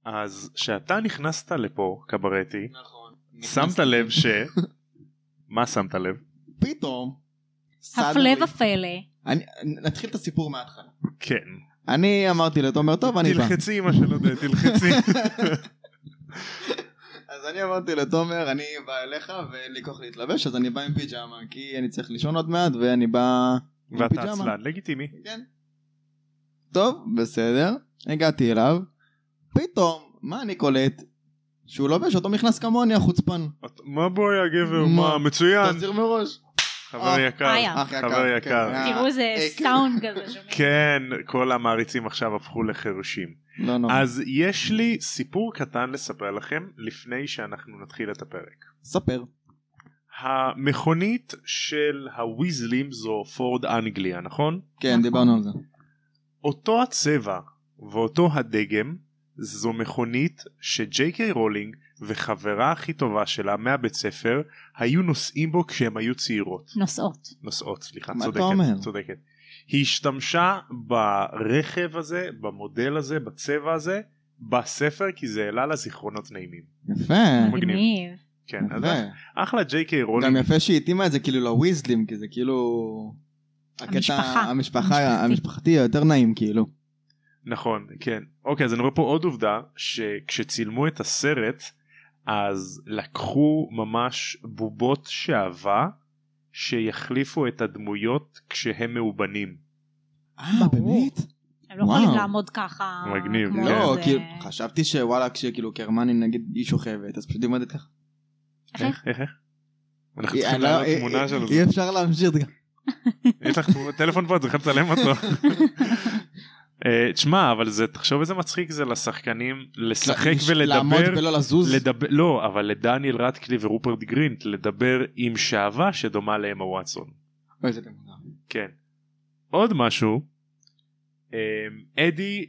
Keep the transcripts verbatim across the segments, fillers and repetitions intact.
אז שאתה נכנסת לפה, קברטי, נכון. שמת לב ש... מה שמת לב? פתאום. הפלא ופלא. אני, נתחיל את הסיפור מההתחלה. כן. אני אמרתי לתומר, טוב, אני בא. תלחצי אמא שלא יודע, תלחצי. אז אני אמרתי לתומר, אני בא אליך ואין לי כוח להתלבש, אז אני בא עם פיג'מה, כי אני צריך לישון עוד מעט, ואני בא עם ואתה פיג'מה. עצלן, לגיטימי. כן. טוב, בסדר. הגעתי אליו. פתאום, מה אני קולט? שהוא לובש אותו מכנס כמוני, החוצפן. מה בואי הגבר? מה? מצוין. תסיר מראש. חבר יקר. חבר יקר. תראו איזה סאונד כזה. כן, כל המעריצים עכשיו הפכו לחרושים. לא נורא. אז יש לי סיפור קטן לספר לכם לפני שאנחנו נתחיל את הפרק. ספר. המכונית של הוויזלים זו פורד אנגליה, נכון? כן, דיברנו על זה. אותו הצבע ואותו הדגם זו מכונית שג'יי קיי רולינג וחברה הכי טובה שלה מהבית ספר היו נוסעים בו כשהם היו צעירות. נוסעות. נוסעות, סליחה, מה צודקת, אתה אומר? צודקת. היא השתמשה ברכב הזה, במודל הזה, בצבע הזה, בספר, כי זה העלה לה זיכרונות נעימים. יפה. מגניב. כן, אז יפה. אחלה ג'יי קיי רולינג. גם יפה שהיא התאימה את זה כאילו לוויזלים, כי זה כאילו... המשפחה. המשפחה, המשפחתי יותר נעים כאילו. נכון, כן. אוקיי, אז אני רואה פה עוד עובדה, שכשצילמו את הסרט, אז לקחו ממש בובות שעבה, שיחליפו את הדמויות כשהם מאובנים. אה, באמת? הם לא יכולים לעמוד ככה. מגניב. לא, כאילו, חשבתי שוואלה, כשכאילו קרמני נגיד היא שוכבת, אז פשוט עומדת ככה. איך? איך? אנחנו צריכים לעלות תמונה של זה. אי אפשר להמשיך. יש לך טלפון פה, את צריכה לצלם אותו. תשמע, אבל זה, תחשוב איזה מצחיק זה לשחקנים לשחק ולדבר. לעמוד ולא לזוז. לא, אבל לדניאל רדקליף ורופרט גרינט לדבר עם שעבה שדומה לאמה וואטסון. אוי, זה דמונה. כן. עוד משהו, אדי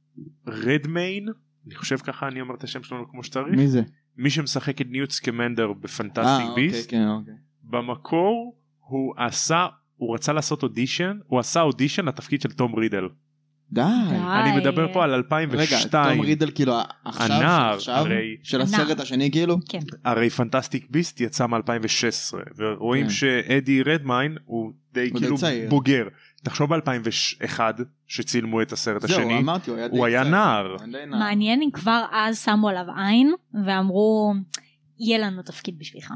רדמיין, אני חושב ככה אני אומר את השם שלנו כמו שצריך. מי זה? מי שמשחק את ניוט סקמנדר בפנטסטיק ביסט. כן, אוקיי. במקור הוא עשה, הוא רצה לעשות אודישן, הוא עשה אודישן לתפקיד של תום רידל. די. אני מדבר פה על אלפיים ושתיים. רגע, תום רידל כאילו הנער, עכשיו, של הסרט השני כאילו? כן. הרי פנטסטיק ביסט יצא מ-אלפיים ושש עשרה, ורואים שאדי רדמיין הוא די כאילו בוגר. תחשוב ב-אלפיים ואחת שצילמו את הסרט השני. זהו, אמרתי, הוא היה נער. מעניין אם כבר אז שמו עליו עין, ואמרו, יהיה לנו תפקיד בשבילך.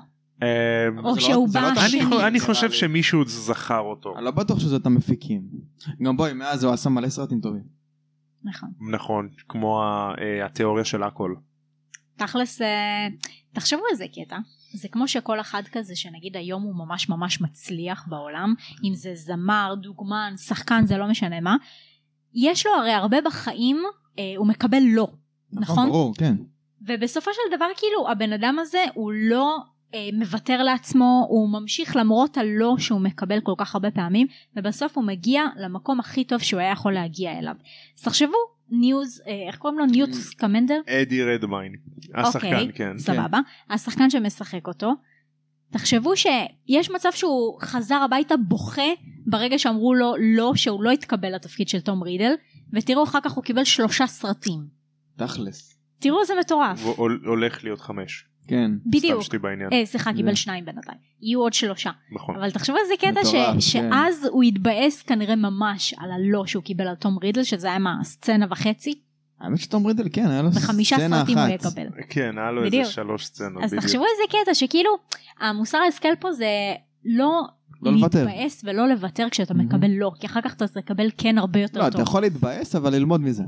או שהוא בא שני. אני חושב שמישהו זכר אותו. אני לא בטוח שזאת המפיקים. גם בואי, מאז הוא עשה מלא סרטים טובים. נכון. נכון, כמו התיאוריה של הכל. תכלס, תחשבו איזה קטע. זה כמו שכל אחד כזה שנגיד היום הוא ממש ממש מצליח בעולם, אם זה זמר, דוגמן, שחקן, זה לא משנה מה. יש לו הרי הרבה בחיים, הוא מקבל לא. נכון? ברור, כן. ובסופו של דבר כאילו הבן אדם הזה הוא לא מוותר לעצמו, הוא ממשיך למרות הלא שהוא מקבל כל כך הרבה פעמים, ובסוף הוא מגיע למקום הכי טוב שהוא היה יכול להגיע אליו. אז תחשבו, ניוז, איך קוראים לו? ניוט סקמנדר? אדי רדמיין, השחקן, כן. סבבה, השחקן שמשחק אותו. תחשבו שיש מצב שהוא חזר הביתה בוכה ברגע שאמרו לו לא, שהוא לא התקבל לתפקיד של תום רידל, ותראו אחר כך הוא קיבל שלושה סרטים. תכלס. תראו זה מטורף. הוא הולך להיות חמש. כן. בדיוק. אה, סליחה, קיבל שניים בינתיים. יהיו עוד שלושה. נכון. אבל תחשבו איזה קטע שאז הוא התבאס כנראה ממש על הלא שהוא קיבל על תום רידל, שזה היה מה, סצנה וחצי. האמת שתום רידל, כן, היה לו סצנה אחת. וחמישה סרטים הוא יקבל. כן, היה לו איזה שלוש סצנות. אז תחשבו איזה קטע שכאילו, המוסר ההשכל פה זה לא להתבאס ולא לוותר כשאתה מקבל לא, כי אחר כך אתה תקבל כן הרבה יותר טוב. לא, אתה יכול להתבאס, אבל ללמוד מזה.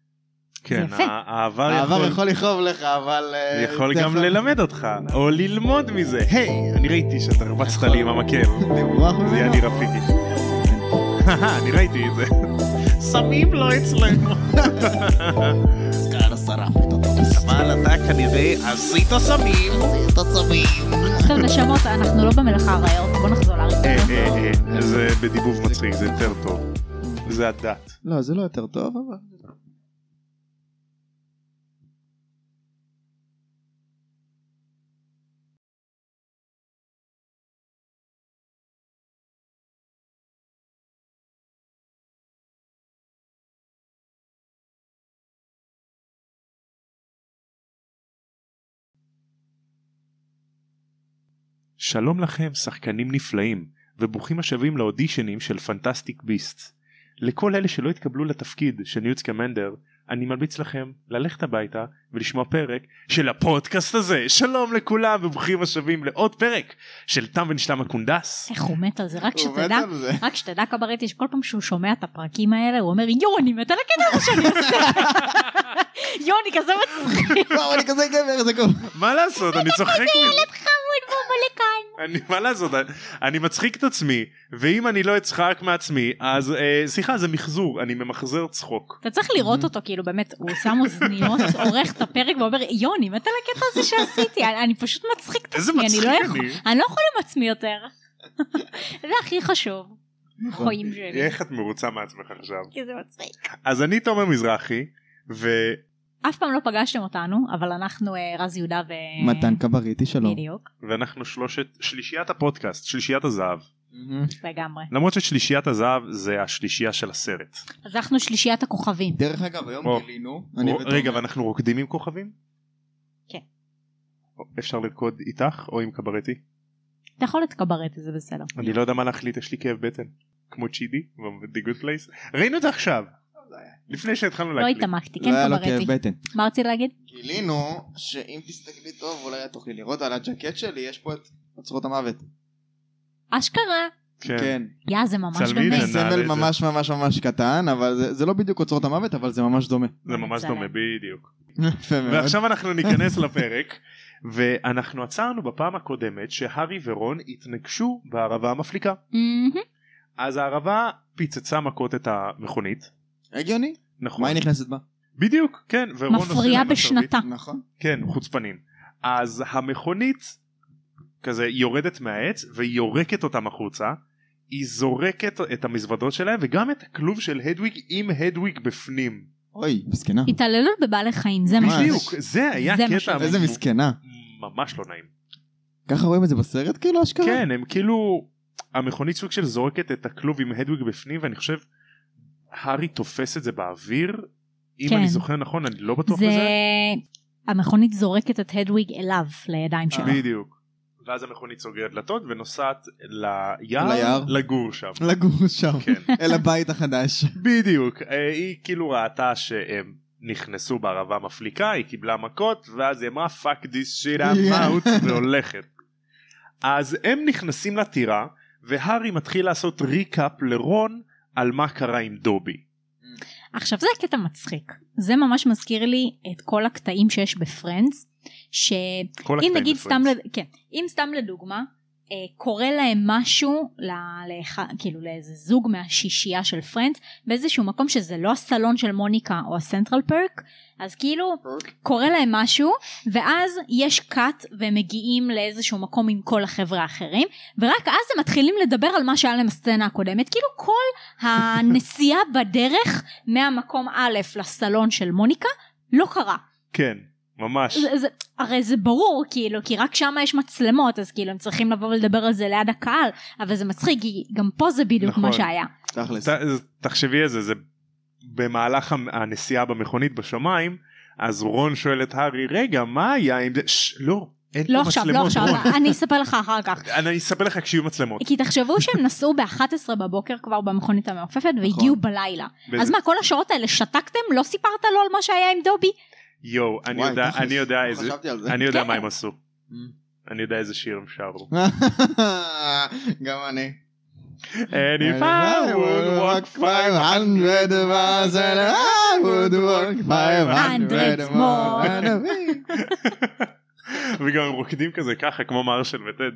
כן, העבר יכול לכאוב לך, אבל... יכול גם ללמד אותך, או ללמוד מזה. היי, אני ראיתי שאתה רבצת לי עם המקל. זה היה לי רפידי. אני ראיתי את זה. סמים לא אצלנו. סקאר שרף את אותו. אבל אתה כנראה עשית סמים. עשית סמים. טוב, נשמות, אנחנו לא במלאכה הרעיות, בוא נחזור לארץ. זה בדיבוב מצחיק, זה יותר טוב. זה הדת. לא, זה לא יותר טוב, אבל... שלום לכם שחקנים נפלאים וברוכים השבים לאודישנים של פנטסטיק ביסט. לכל אלה שלא התקבלו לתפקיד של ניוט סקמנדר, אני ממליץ לכם ללכת הביתה ולשמוע פרק של הפודקאסט הזה. שלום לכולם וברוכים השבים לעוד פרק של תם ונשלם הקונדס. איך הוא מת על זה, רק שתדע, רק שתדע קברטי שכל פעם שהוא שומע את הפרקים האלה הוא אומר יוני מת על הקטע שאני עושה. יוני כזה מצחיק. אני כזה גבר, זה קום. מה לעשות, אני צוחק מזה. ילד חמוד בוא לכאן. אני, מה לעשות, אני מצחיק את עצמי, ואם אני לא אצחק מעצמי, אז אה, סליחה, זה מחזור, אני ממחזר צחוק. אתה צריך לראות אותו, כאילו באמת, הוא שם אוזניות, עורך את הפרק ואומר, יוני, מת על הקטע הזה שעשיתי, אני, אני פשוט מצחיק את איזה עצמי, מצחיק אני לא אני. יכול, אני לא יכול עם עצמי יותר. זה הכי חשוב. חיים שלי. איך את מרוצה מעצמך עכשיו? כי זה מצחיק. אז אני תומר מזרחי, ו... אף פעם לא פגשתם אותנו, אבל אנחנו אה, רז יהודה ו... מתן קבריטי שלום. בדיוק, ואנחנו שלושת, שלישיית הפודקאסט, שלישיית הזהב. לגמרי. למרות ששלישיית הזהב זה השלישייה של הסרט. אז אנחנו שלישיית הכוכבים. דרך אגב, היום או. גילינו, או, אני ותומר- רגע, ואנחנו רוקדים עם כוכבים? כן. או, אפשר לרקוד איתך או עם קברטי? אתה יכול לתקברט, זה בסדר. אני לא יודע מה להחליט, יש לי כאב בטן. כמו צ'ידי, ב-The Good Place. ראינו את זה עכשיו. לפני שהתחלנו לא להקליט. התעמקתי, לא כן היה לו קברטי. כאב בטן. מה רציתי להגיד? גילינו שאם תסתכלי טוב אולי את תוכלי לראות על הג'קט שלי יש פה את אוצרות המוות. אשכרה. כן. כן. יא, זה ממש צלמי דומה. את זה. נעלה סמל את זה. ממש ממש ממש קטן אבל זה- זה לא בדיוק אוצרות המוות אבל זה ממש דומה. זה ממש מצלם. דומה, בדיוק. יפה מאוד. ועכשיו אנחנו ניכנס לפרק, ואנחנו עצרנו בפעם הקודמת שהארי ורון התנגשו בערבה המפליקה. מהמם. אז הערבה פיצצה מכות את המכונית. הגיוני? נכון. מה היא נכנסת בה? בדיוק, כן. ורון עושה מפריעה להם בשרביט. בשנתה. נכון. כן, חוצפנים. אז המכונית כזה יורדת מהעץ והיא יורקת אותם החוצה. היא זורקת את המזוודות שלהם וגם את הכלוב של הדוויג עם הדוויג בפנים. אוי, מסכנה. התעללות בבעלי חיים, זה מה ממש. שזה. בדיוק, זה היה זה מה קטע. שזה. איזה מסכנה. ממש לא נעים. ככה רואים את זה בסרט כאילו אשכרה? כן, הם כאילו המכונית סוג של זורקת את הכלוב עם הדוויג בפנים, ואני חושב הארי תופס את זה באוויר, אם כן. אני זוכר נכון, אני לא בטוח זה... בזה. המכונית זורקת את הדוויג אליו, לידיים שלו. בדיוק. ואז המכונית סוגרת דלתות ונוסעת ליער, ליער? לגור שם. לגור שם. כן. אל הבית החדש. בדיוק. אה, היא כאילו ראתה שהם נכנסו בערבה מפליקה, היא קיבלה מכות, ואז היא אמרה fuck this shit I'm out והולכת. אז הם נכנסים לטירה, והארי מתחיל לעשות ריקאפ לרון על מה קרה עם דובי. עכשיו זה קטע מצחיק. זה ממש מזכיר לי את כל הקטעים שיש בפרנדס, כל שאם הקטעים נגיד סתם, בפרנדס. לד... כן, אם סתם לדוגמה, אה, קורה להם משהו, ל... לאח... כאילו לאיזה זוג מהשישייה של פרנדס, באיזשהו מקום שזה לא הסלון של מוניקה או הסנטרל פרק, אז כאילו קורה להם משהו, ואז יש קאט והם מגיעים לאיזשהו מקום עם כל החבר'ה האחרים, ורק אז הם מתחילים לדבר על מה שהיה להם הסצנה הקודמת, כאילו כל הנסיעה בדרך מהמקום א' לסלון של מוניקה לא קרה. כן, ממש. זה, זה, הרי זה ברור כאילו, כי רק שם יש מצלמות, אז כאילו הם צריכים לבוא ולדבר על זה ליד הקהל, אבל זה מצחיק, כי גם פה זה בדיוק נכון. מה שהיה. תכלס. ת, תחשבי איזה, זה במהלך הנסיעה במכונית בשמיים, אז רון שואל את הארי, רגע, מה היה עם זה? ש, לא, אין לא פה עכשיו, מצלמות. לא עכשיו, רון. אני אספר לך אחר כך. אני אספר לך כשיהיו מצלמות. כי תחשבו שהם נסעו ב-אחת עשרה בבוקר כבר במכונית המעופפת, והגיעו בלילה. וזה- אז מה, כל השעות האלה שתקתם? לא סיפרת לו על מה שהיה עם דובי? יואו, אני וואי, יודע, תכלס, אני יודע לא איזה, חשבתי על זה. אני יודע כן. מה הם עשו. אני יודע איזה שיר הם שרו. גם אני. And if I would walk five hundred miles and I would walk five hundred Hundred more. וגם הם רוקדים כזה ככה כמו מרשל וטד.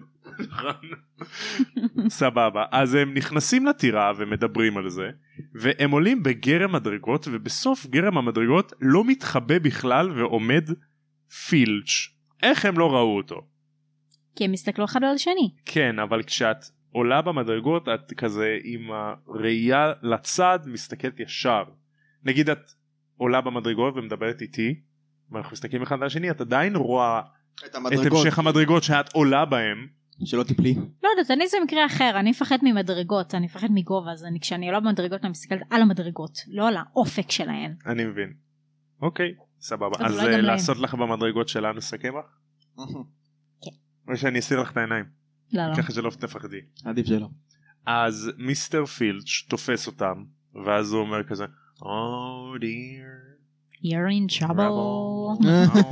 סבבה. אז הם נכנסים לטירה ומדברים על זה, והם עולים בגרם מדרגות, ובסוף גרם המדרגות לא מתחבא בכלל ועומד פילץ'. איך הם לא ראו אותו? כי הם הסתכלו אחד על השני. כן, אבל כשאת עולה במדרגות את כזה עם הראייה לצד מסתכלת ישר. נגיד את עולה במדרגות ומדברת איתי ואנחנו מסתכלים אחד על השני, את עדיין רואה את את המדרגות. המשך המדרגות שאת עולה בהם. שלא תיפלי. לא יודעת, אני זה מקרה אחר, אני מפחד ממדרגות, אני מפחד מגובה, אז אני, כשאני עולה במדרגות אני מסתכלת על המדרגות, לא על האופק שלהן. אני מבין. אוקיי, סבבה. אז אז אולי אה, גם לעשות לך במדרגות שלנו סכם לך? כן. או שאני אסיר לך את העיניים. לא, לא. ככה שלא תפחדי. עדיף שלא. אז מיסטר פילץ' תופס אותם, ואז הוא אומר כזה, Oh dear. You're in trouble.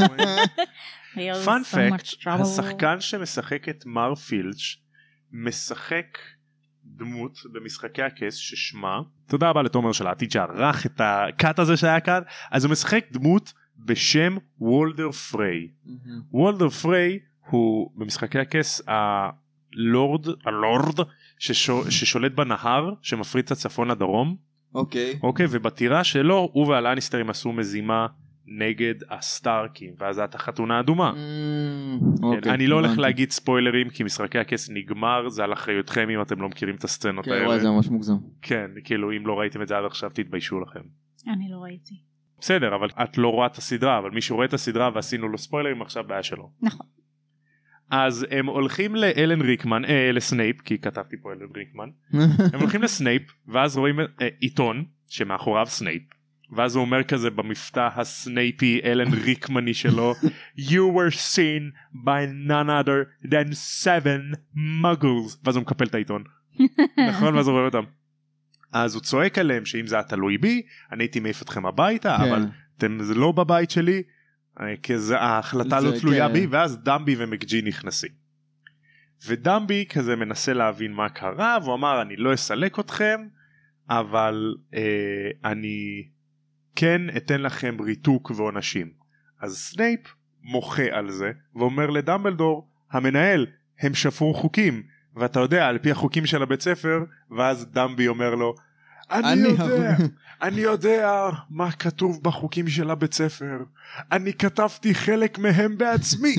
פאנ פקט, השחקן שמשחק את מר פילץ' משחק דמות במשחקי הכס ששמה, תודה רבה לתומר של העתיד שערך את הקאט הזה שהיה כאן, אז הוא משחק דמות בשם וולדר פריי. וולדר פריי הוא במשחקי הכס הלורד, הלורד ששולט בנהר שמפריד את הצפון לדרום. אוקיי. אוקיי, ובטירה שלו הוא והלניסטרים עשו מזימה נגד הסטארקים, ואז הייתה חתונה אדומה. אני לא הולך להגיד ספוילרים כי משחקי הכס נגמר, זה על אחריותכם אם אתם לא מכירים את הסצנות האלה. כן, וואי, זה ממש מוגזם. כן, כאילו אם לא ראיתם את זה עד עכשיו תתביישו לכם. אני לא ראיתי. בסדר, אבל את לא רואה את הסדרה, אבל מי שרואה את הסדרה ועשינו לו ספוילרים עכשיו בעיה שלו. נכון. אז הם הולכים לאלן ריקמן, אה, לסנייפ, כי כתבתי פה אלן ריקמן. הם הולכים לסנייפ, ואז רואים אה, עיתון שמאחוריו סנייפ. ואז הוא אומר כזה במבטא הסנייפי אלן ריקמני שלו, You were seen by none other than seven muggles. ואז הוא מקפל את העיתון. נכון? ואז הוא רואה אותם. אז הוא צועק עליהם שאם זה היה תלוי בי, אני הייתי מעיף אתכם הביתה, אבל אתם זה לא בבית שלי, כי ההחלטה לא תלויה בי, ואז דמבי ומקג'י נכנסים. ודמבי כזה מנסה להבין מה קרה, והוא אמר אני לא אסלק אתכם, אבל אה, אני כן אתן לכם ריתוק ועונשים. אז סנייפ מוחה על זה, ואומר לדמבלדור, המנהל, הם שפרו חוקים, ואתה יודע על פי החוקים של הבית ספר, ואז דמבי אומר לו, אני, אני יודע, אני יודע מה כתוב בחוקים של הבית ספר, אני כתבתי חלק מהם בעצמי.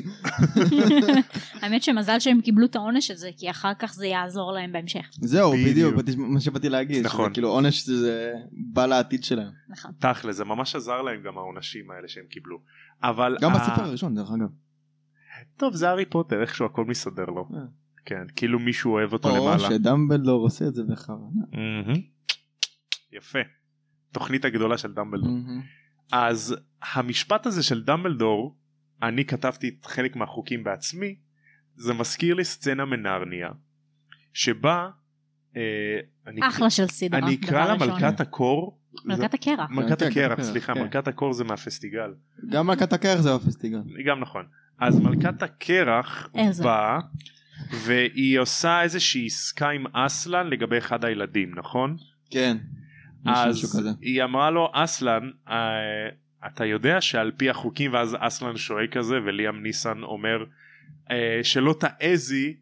האמת שמזל שהם קיבלו את העונש הזה, כי אחר כך זה יעזור להם בהמשך. זהו, בדיוק, מה שבאתי להגיד, נכון. כאילו עונש זה בא לעתיד שלהם. נכון. תכל'ס, זה ממש עזר להם גם העונשים האלה שהם קיבלו. אבל גם בספר הראשון דרך אגב. טוב, זה הארי פוטר, איכשהו הכל מסתדר לו. כן, כאילו מישהו אוהב אותו או למעלה. או שדמבלדור עושה את זה בכוונה. יפה. תוכנית הגדולה של דמבלדור. אז המשפט הזה של דמבלדור, אני כתבתי את חלק מהחוקים בעצמי, זה מזכיר לי סצנה מנרניה, שבה אה, אני, אחלה של סדרה. אני אקרא לה מלכת הקור. מלכת הקרח. מלכת הקרח, סליחה, מלכת הקור זה מהפסטיגל. גם מלכת הקרח זה מהפסטיגל. גם נכון. אז מלכת הקרח באה, והיא עושה איזושהי עסקה עם אסלן לגבי אחד הילדים, נכון? כן. אז היא אמרה לו, אסלן, אתה יודע שעל פי החוקים, ואז אסלן שואל כזה, וליאם ניסן אומר, שלא תעזי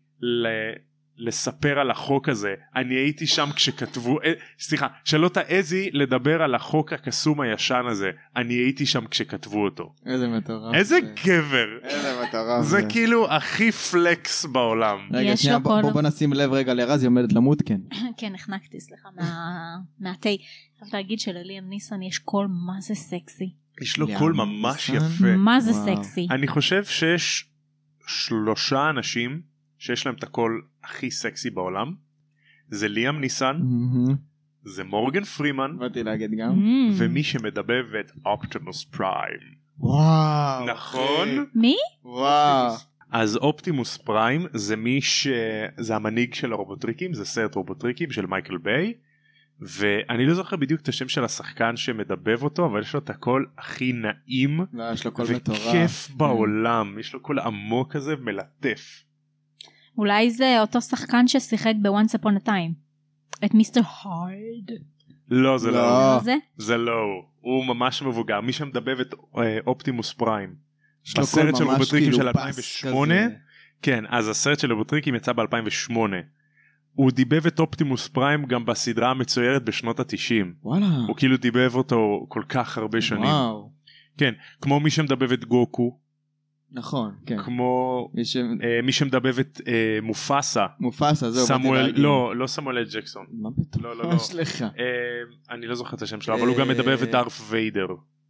לספר על החוק הזה, אני הייתי שם כשכתבו, סליחה, שלא תעזי לדבר על החוק הקסום הישן הזה, אני הייתי שם כשכתבו אותו. איזה מטורף. איזה גבר. איזה מטורף. זה כאילו הכי פלקס בעולם. רגע, שנייה, בוא נשים לב רגע לרז, היא עומדת למות, כן. כן, נחנקתי, סליחה, מהתי. חייבת להגיד שלליאם ניסן יש קול מה זה סקסי. יש לו קול ממש יפה. מה זה סקסי. אני חושב שיש שלושה אנשים שיש להם את הקול הכי סקסי בעולם. זה ליאם ניסן, זה מורגן פרימן, באתי להגיד גם, ומי שמדבב את אופטימוס פריים. וואו. נכון? מי? וואו. אז אופטימוס פריים זה מי ש... זה המנהיג של הרובוטריקים, זה סרט רובוטריקים של מייקל ביי, ואני לא זוכר בדיוק את השם של השחקן שמדבב אותו, אבל יש לו את הקול הכי נעים וכיף בעולם. יש לו קול עמוק כזה מלטף. אולי זה אותו שחקן ששיחק ב-Once Upon a Time. את מיסטר הרד. לא, זה לא. זה לא. הוא ממש מבוגר. מי שמדבב את אופטימוס פריים. בסרט של רובוטריקים של אלפיים ושמונה. כן, אז הסרט של רובוטריקים יצא ב-אלפיים ושמונה. הוא דיבב את אופטימוס פריים גם בסדרה המצוירת בשנות ה-תשעים. וואלה. הוא כאילו דיבב אותו כל כך הרבה שנים. וואו. כן, כמו מי שמדבב את גוקו. נכון, כן. כמו מי, ש... אה, מי שמדבב את אה, מופסה. מופסה, זהו. סמואל, לא, לא סמואל ג'קסון. מה פתאום? לא, לא, לא. סליחה. אה, אני לא זוכר את השם שלו, אבל הוא גם מדבב את דארף ויידר.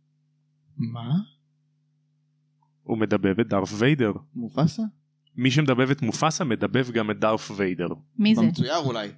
מה? הוא מדבב את דארף ויידר. מופסה? מי שמדבב את מופסה מדבב גם את דארף ויידר. מי זה? במצויר אולי.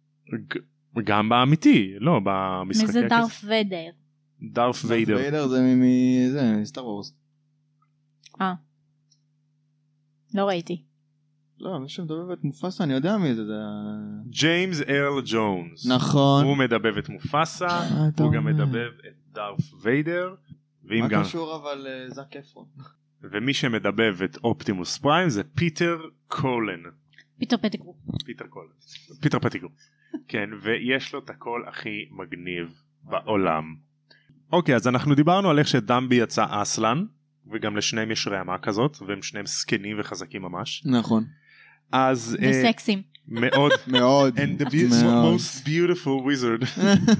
גם באמיתי, לא, במשחקי הכסף. מי זה דארף ויידר? דארף ויידר. דארף ויידר זה מזה, סטאר וורס. אה. לא ראיתי. לא, מי שמדבב את מופסה, אני יודע מי זה. ג'יימס ארל ג'ונס. נכון. הוא מדבב את מופסה, הוא גם מדבב את דארף ויידר. מה קשור אבל זק אפרון? ומי שמדבב את אופטימוס פריים זה פיטר קולן. פיטר פטיגרו. פיטר קולן. פיטר פטיגרו. כן, ויש לו את הקול הכי מגניב בעולם. אוקיי, אז אנחנו דיברנו על איך שדמבי יצא אסלן, וגם לשניהם יש רעמה כזאת, והם שניהם סקנים וחזקים ממש. נכון. אז... וסקסים. מאוד. מאוד. And the most beautiful wizard.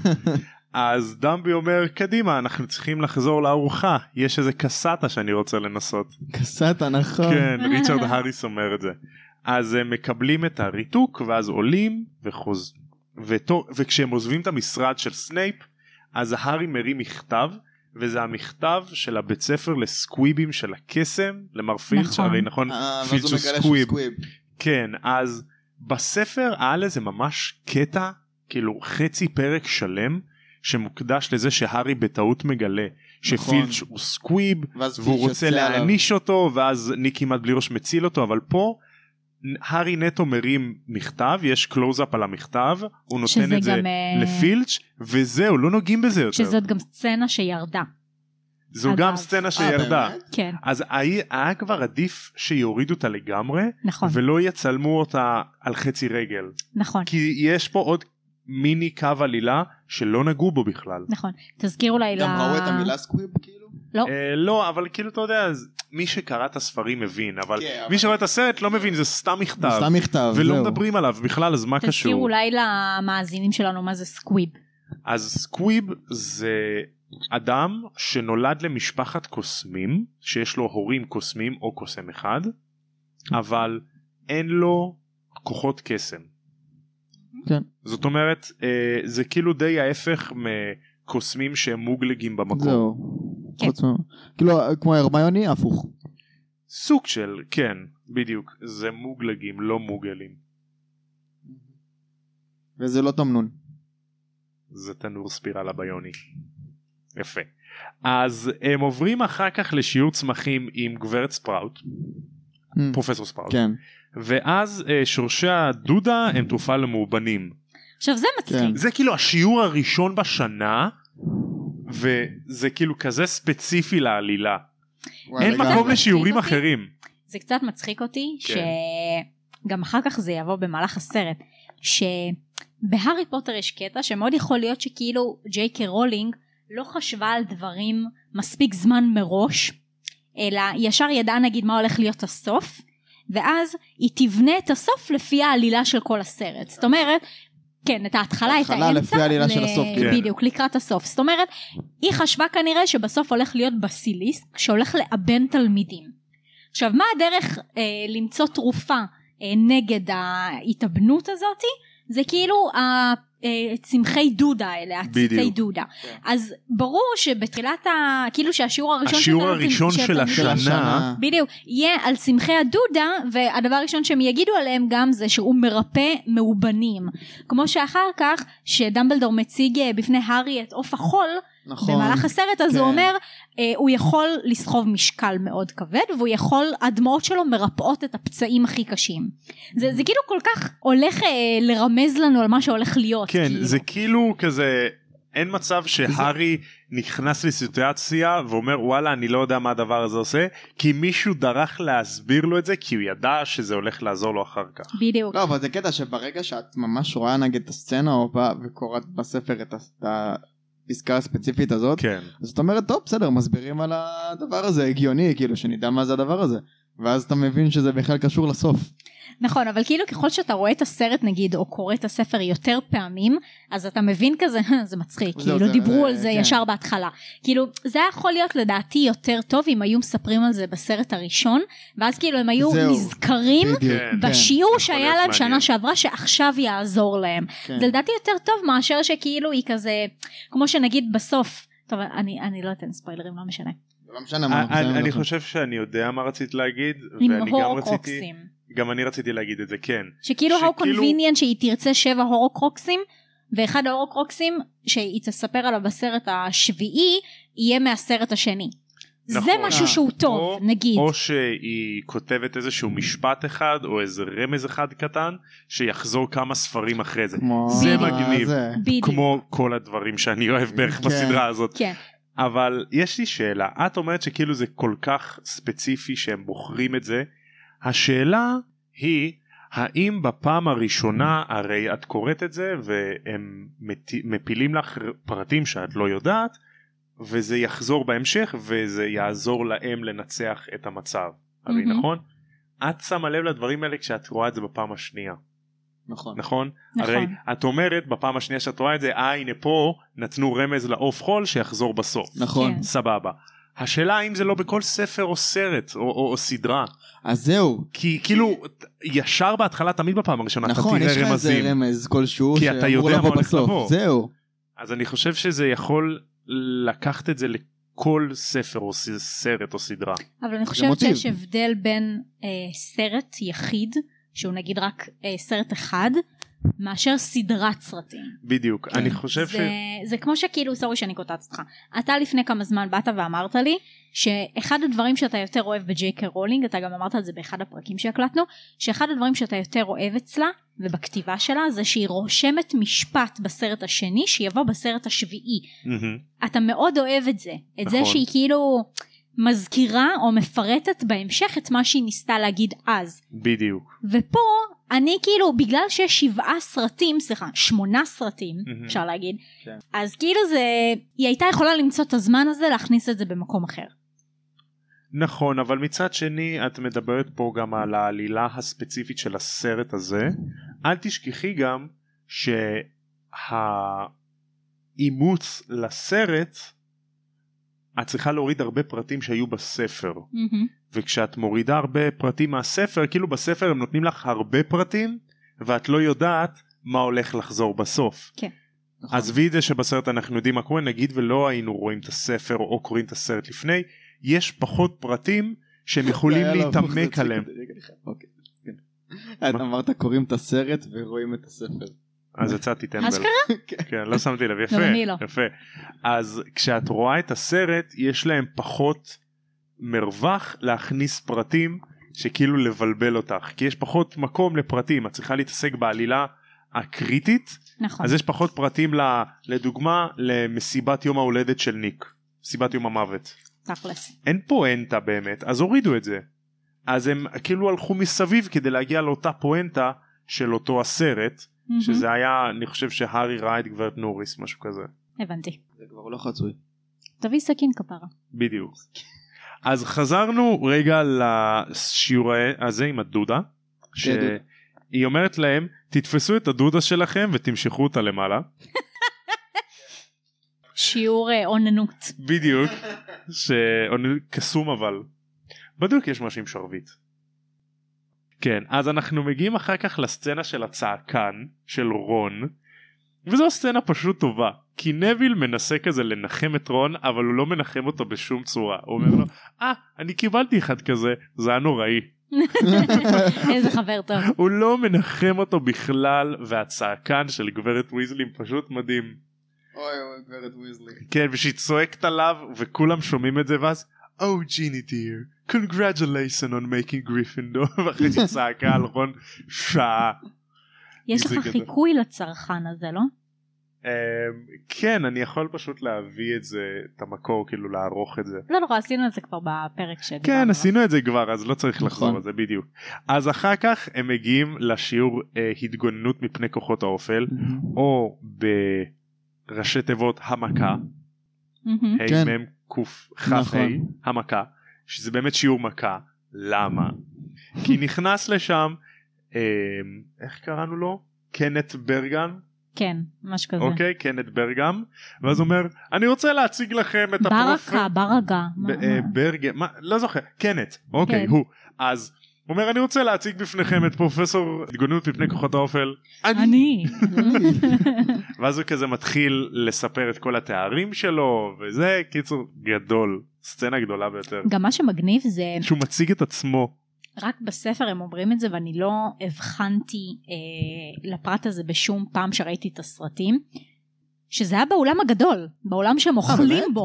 אז דמבי אומר, קדימה, אנחנו צריכים לחזור לארוחה, יש איזה קסטה שאני רוצה לנסות. קסטה, נכון. כן, ריצ'רד האריס אומר את זה. אז הם מקבלים את הריתוק, ואז עולים, וחוז... ותור... וכשהם עוזבים את המשרד של סנייפ, אז הארי מרים מכתב, וזה המכתב של הבית ספר לסקוויבים של הקסם, למר פילץ', נכון. הרי נכון, פילץ' הוא סקוויב. כן, אז בספר היה לזה ממש קטע, כאילו חצי פרק שלם, שמוקדש לזה שהארי בטעות מגלה שפילץ' הוא סקוויב והוא רוצה להעניש אותו, ואז ניק כמעט בלי ראש מציל אותו, אבל פה הארי נטו מרים מכתב, יש קלוז-אפ על המכתב, הוא נותן את זה לפילץ' וזהו, לא נוגעים בזה יותר. שזאת גם סצנה שירדה. זו גם סצנה שירדה. כן. אז היה כבר עדיף שיורידו אותה לגמרי, נכון. ולא יצלמו אותה על חצי רגל. נכון. כי יש פה עוד מיני קו עלילה שלא נגעו בו בכלל. נכון. תזכיר אולי... גם ראו את המילה סקוויב כאילו? לא. לא, אבל כאילו אתה יודע, מי שקרא את הספרים מבין, אבל מי שראה את הסרט לא מבין, זה סתם מכתב. סתם מכתב, זהו. ולא מדברים עליו בכלל, אז מה קשור? תזכיר אולי למאזינים שלנו מה זה סקוויב. אז סקוויב זה אדם שנולד למשפחת קוסמים, שיש לו הורים קוסמים או קוסם אחד, אבל אין לו כוחות קסם. כן. זאת אומרת, זה כאילו די ההפך מקוסמים שהם מוגלגים במקום. זהו. כן. כאילו כמו הרמיוני, הפוך. סוג של, כן, בדיוק. זה מוגלגים, לא מוגלים. וזה לא תמנון. זה תנור ספירלה ביוני. יפה. אז הם עוברים אחר כך לשיעור צמחים עם גברת ספראוט, פרופסור ספראוט. כן. ואז שורשי הדודה הם תרופה למאובנים. עכשיו זה מצחיק. זה כאילו השיעור הראשון בשנה, וזה כאילו כזה ספציפי לעלילה. אין מקום לשיעורים אחרים. זה קצת מצחיק אותי, שגם אחר כך זה יבוא במהלך הסרט, שבהארי פוטר יש קטע שמאוד יכול להיות שכאילו ג'יי קיי רולינג לא חשבה על דברים מספיק זמן מראש, אלא ישר ידעה נגיד מה הולך להיות הסוף, ואז היא תבנה את הסוף לפי העלילה של כל הסרט. זאת אומרת, כן, את ההתחלה, את האמצע, לפי העלילה של הסוף, בדיוק, לקראת הסוף. זאת אומרת, היא חשבה כנראה שבסוף הולך להיות בסיליסק, שהולך לאבן תלמידים. עכשיו, מה הדרך אה, למצוא תרופה אה, נגד ההתאבנות הזאת? זה כאילו הצמחי דודה האלה, הציצי דודה. אז ברור שבתחילת ה... כאילו שהשיעור הראשון... השיעור הראשון של השנה... בדיוק, יהיה על צמחי הדודה, והדבר הראשון שהם יגידו עליהם גם זה שהוא מרפא מאובנים. כמו שאחר כך, שדמבלדור מציג בפני הארי את עוף החול, נכון, במהלך הסרט, אז כן. הוא אומר, אה, הוא יכול לסחוב משקל מאוד כבד, והוא יכול, הדמעות שלו מרפאות את הפצעים הכי קשים. זה, זה כאילו כל כך הולך אה, לרמז לנו על מה שהולך להיות. כן, כאילו. זה כאילו כזה, אין מצב שהארי נכנס לסיטואציה ואומר, וואלה, אני לא יודע מה הדבר הזה עושה, כי מישהו דרך להסביר לו את זה, כי הוא ידע שזה הולך לעזור לו אחר כך. בדיוק. לא, אבל זה קטע שברגע שאת ממש רואה נגד את הסצנה, או בא וקוראת בספר את ה... פסקה הספציפית הזאת, כן. אז זאת אומרת, טוב, בסדר, מסבירים על הדבר הזה, הגיוני, כאילו, שנדע מה זה הדבר הזה, ואז אתה מבין שזה בכלל קשור לסוף. נכון, אבל כאילו ככל שאתה רואה את הסרט נגיד, או קורא את הספר יותר פעמים, אז אתה מבין כזה, זה מצחיק, כאילו זה, דיברו זה, על זה כן. ישר בהתחלה. כאילו, זה יכול להיות לדעתי יותר טוב, אם היו מספרים על זה בסרט הראשון, ואז כאילו הם היו זהו. נזכרים כן, בשיעור כן. שהיה להם שנה מעניין. שעברה, שעכשיו יעזור להם. כן. זה לדעתי יותר טוב מאשר שכאילו היא כזה, כמו שנגיד בסוף, טוב, אני, אני לא אתן ספוילרים, לא משנה. לא משנה מה. אני, אני חושב שאני יודע מה רצית להגיד, ואני גם רציתי... גם אני רציתי להגיד את זה, כן. שכאילו how convenient שהיא תרצה שבע הורוקרוקסים, ואחד ההורוקרוקסים שהיא תספר עליו בסרט השביעי, יהיה מהסרט השני. זה נכון. משהו שהוא טוב, או, נגיד. או שהיא כותבת איזשהו משפט אחד או איזה רמז אחד קטן שיחזור כמה ספרים אחרי זה. כמו... זה בדיוק. מגניב. זה. בדיוק. כמו כל הדברים שאני אוהב בערך כן. בסדרה הזאת. כן. אבל יש לי שאלה, את אומרת שכאילו זה כל כך ספציפי שהם בוחרים את זה, השאלה היא האם בפעם הראשונה, הרי את קוראת את זה והם מפילים לך פרטים שאת לא יודעת וזה יחזור בהמשך וזה יעזור להם לנצח את המצב, הרי Mm-hmm. נכון? את שמה לב לדברים האלה כשאת רואה את זה בפעם השנייה, נכון. נכון? נכון. הרי את אומרת בפעם השנייה שאת רואה את זה, אה הנה פה נתנו רמז לעוף חול שיחזור בסוף. נכון. כן. סבבה. השאלה האם זה לא בכל ספר או סרט או, או, או סדרה. אז זהו. כי כאילו ישר בהתחלה תמיד בפעם הראשונה נכון, אתה יש תראה לך איזה רמזים. רמז כלשהו כי אתה שאמור יודע לבוא מה הולך בסוף. לבוא. זהו. אז אני חושב שזה יכול לקחת את זה לכל ספר או סרט או סדרה. אבל אני חושבת מוטיב. שיש הבדל בין אה, סרט יחיד, שהוא נגיד רק אה, סרט אחד, מאשר סדרת סרטים. בדיוק. כן. אני חושב זה, ש... זה כמו שכאילו, סורי שאני קוטעת אותך. אתה לפני כמה זמן באת ואמרת לי, שאחד הדברים שאתה יותר אוהב בג'יי קיי רולינג, אתה גם אמרת את זה באחד הפרקים שהקלטנו, שאחד הדברים שאתה יותר אוהב אצלה, ובכתיבה שלה, זה שהיא רושמת משפט בסרט השני, שיבוא בסרט השביעי. מהמם. אתה מאוד אוהב את זה. את זה נכון. שהיא כאילו מזכירה או מפרטת בהמשך את מה שהיא ניסתה להגיד אז. בדיוק. ופה אני כאילו, בגלל שיש שבעה סרטים, סליחה, שמונה סרטים, מהמם. אפשר להגיד, כן. אז כאילו זה, היא הייתה יכולה למצוא את הזמן הזה להכניס את זה במקום אחר. נכון, אבל מצד שני את מדברת פה גם על העלילה הספציפית של הסרט הזה. אל תשכחי גם שהאימוץ לסרט את צריכה להוריד הרבה פרטים שהיו בספר, מהמם. וכשאת מורידה הרבה פרטים מהספר, כאילו בספר הם נותנים לך הרבה פרטים ואת לא יודעת מה הולך לחזור בסוף. כן. נכון. עזבי את זה שבסרט אנחנו יודעים מה קורה, נגיד ולא היינו רואים את הספר או קוראים את הסרט לפני, יש פחות פרטים שהם יכולים זה היה להפוך, להתעמק זה עליהם. הצחיק אותי, רגע, אוקיי, כן. את אמרת קוראים את הסרט ורואים את הספר. אז יצאתי טמבל. אשכרה? כן, לא שמתי לב, יפה, גם אני לא. יפה. אז כשאת רואה את הסרט, יש להם פחות מרווח להכניס פרטים שכאילו לבלבל אותך, כי יש פחות מקום לפרטים, את צריכה להתעסק בעלילה הקריטית, נכון. אז יש פחות פרטים ל- לדוגמה למסיבת יום ההולדת של ניק, מסיבת יום המוות. תכלס. אין פואנטה באמת, אז הורידו את זה. אז הם כאילו הלכו מסביב כדי להגיע לאותה פואנטה של אותו הסרט, מהמם. שזה היה, אני חושב שהארי ראה את גברת נוריס, משהו כזה. הבנתי. זה כבר לא חצוי. תביא סכין כפרה. בדיוק. אז חזרנו רגע לשיעור הזה עם הדודה, שהיא אומרת להם, תתפסו את הדודה שלכם ותמשכו אותה למעלה. שיעור אה, אוננות. בדיוק. שעוננות קסום אבל. בדיוק יש משהו עם שרביט. כן, אז אנחנו מגיעים אחר כך לסצנה של הצעקן של רון, וזו סצנה פשוט טובה, כי נביל מנסה כזה לנחם את רון, אבל הוא לא מנחם אותו בשום צורה. הוא אומר לו, אה, אני קיבלתי אחד כזה, זה היה נוראי. איזה חבר טוב. הוא לא מנחם אותו בכלל, והצעקן של גברת ויזלי פשוט מדהים. אוי אוי גברת ויזלי. כן, ושהיא צועקת עליו, וכולם שומעים את זה, ואז, Oh Ginny dear, congratulations on making Gryffindor, ואחרי שהיא צעקה על רון שעה. יש לך זה גדול. חיקוי לצרכן הזה, לא? Um, כן, אני יכול פשוט להביא את זה, את המקור, כאילו לערוך את זה. לא נורא, עשינו את זה כבר בפרק שדיברנו. כן, עשינו את זה כבר, אז לא צריך נכון. לחזור על זה בדיוק. אז אחר כך הם מגיעים לשיעור אה, התגוננות מפני כוחות האופל, או בראשי תיבות המכה, מהמם. ה' כן. מ' ק' כ' נכון. ה' המכה, שזה באמת שיעור מכה. למה? כי נכנס לשם, אה, איך קראנו לו? קנט ברגן. כן, משהו כזה. אוקיי, קנט ברגם, ואז אומר, אני רוצה להציג לכם את ברקה, ברגה. ב- מה- אה, מה? ברגם, מה, לא זוכר, קנט, אוקיי, כן. הוא, אז, הוא אומר, אני רוצה להציג בפניכם את פרופסור התגוננות מפני כוחות האופל, אני. ואז הוא כזה מתחיל לספר את כל התארים שלו, וזה קיצור גדול, סצנה גדולה ביותר, גם מה שמגניב זה, שהוא מציג את עצמו, רק בספר הם אומרים את זה, ואני לא הבחנתי אה, לפרט הזה בשום פעם שראיתי את הסרטים, שזה היה באולם הגדול, באולם שהם אוכלים באמת? בו.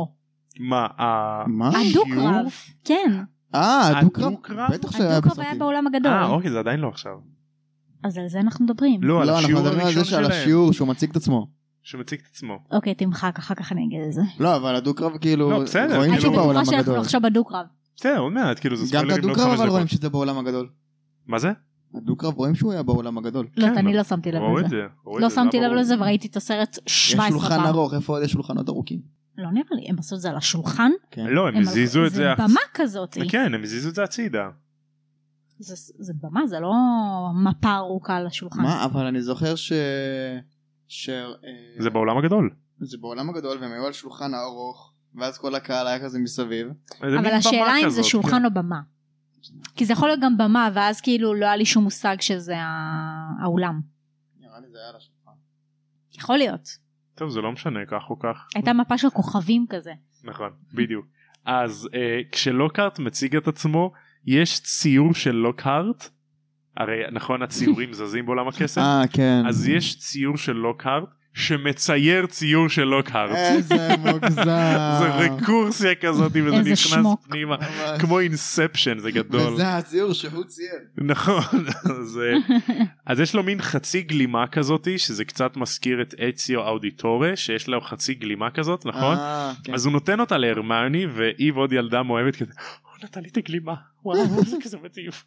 מה? ה- מה? הדו-קרב, כן. אה, הדו-קרב? הדו-קרב? בטח שהיה הדו-קרב היה בסרטים. בעולם הגדול. אה, אוקיי, זה עדיין לא עכשיו. אז על זה אנחנו מדברים. לא, על לא, אנחנו השיעור מדברים על הראשון זה שעל שלהם. השיעור שהוא מציג את עצמו. שמציג את עצמו. אוקיי, תמחק, אחר כך אני אגיד את זה. לא, אבל הדו-קרב כאילו, לא, בסדר, רואים כאילו- הייתי שהוא בעולם בטוחה שאנחנו הגדול. עכשיו בדו-קרב. בסדר, עוד מעט, כאילו זה גם את ספוילרים לעוד הדו-קרב חמש אבל רואים דקות. שזה בעולם הגדול. מה זה? הדו-קרב רואים שהוא היה בעולם הגדול. לא, כן, אני לא. לא שמתי לב ראו את לזה. זה. ראו את לא זה, שמתי זה היה לב ברור. לזה וראיתי את הסרט יש שבע עשרה שולחן פעם. ארוך, איפה עוד יש שולחנות ארוכים? לא נראה לי, הם עשו את זה על השולחן. כן. לא, הם הם הזיזו הלכו- את זה. זה במה כזאת. כן, הם הזיזו את זה הצידה. זה זה במה, זה לא מפה ארוכה על השולחן. מה? אבל אני זוכר ש... ש... אה, זה בעולם הגדול. זה בעולם הגדול והם היו על שולחן ארוך ואז כל הקהל היה כזה מסביב. זה מין אבל במה השאלה אם זה כזאת, שולחן כן. או במה. כי זה יכול להיות גם במה, ואז כאילו לא היה לי שום מושג שזה ה- האולם. נראה לי זה היה על השולחן. יכול להיות. טוב, זה לא משנה, כך או כך. הייתה מפה של כוכבים כזה. נכון, בדיוק. אז אה, כשלוקהרט מציג את עצמו, יש ציור של לוקהרט, הרי נכון הציורים זזים בעולם הכסף, אה, כן. אז יש ציור של לוקהרט שמצייר ציור של לוקהרט. איזה מוגזם. זה רקורסיה כזאת וזה איזה נכנס שמוק. פנימה, ממש. כמו אינספשן, זה גדול. וזה הציור שהוא צייר. נכון, אז, אה, אז יש לו מין חצי גלימה כזאת שזה קצת מזכיר את אציו אודיטורה שיש לו חצי גלימה כזאת, נכון? אה, כן. אז הוא נותן אותה להרמיוני והיא ועוד ילדה מאוהבת כזה, הוא נתן לי את הגלימה, וואו זה כזה מטיף.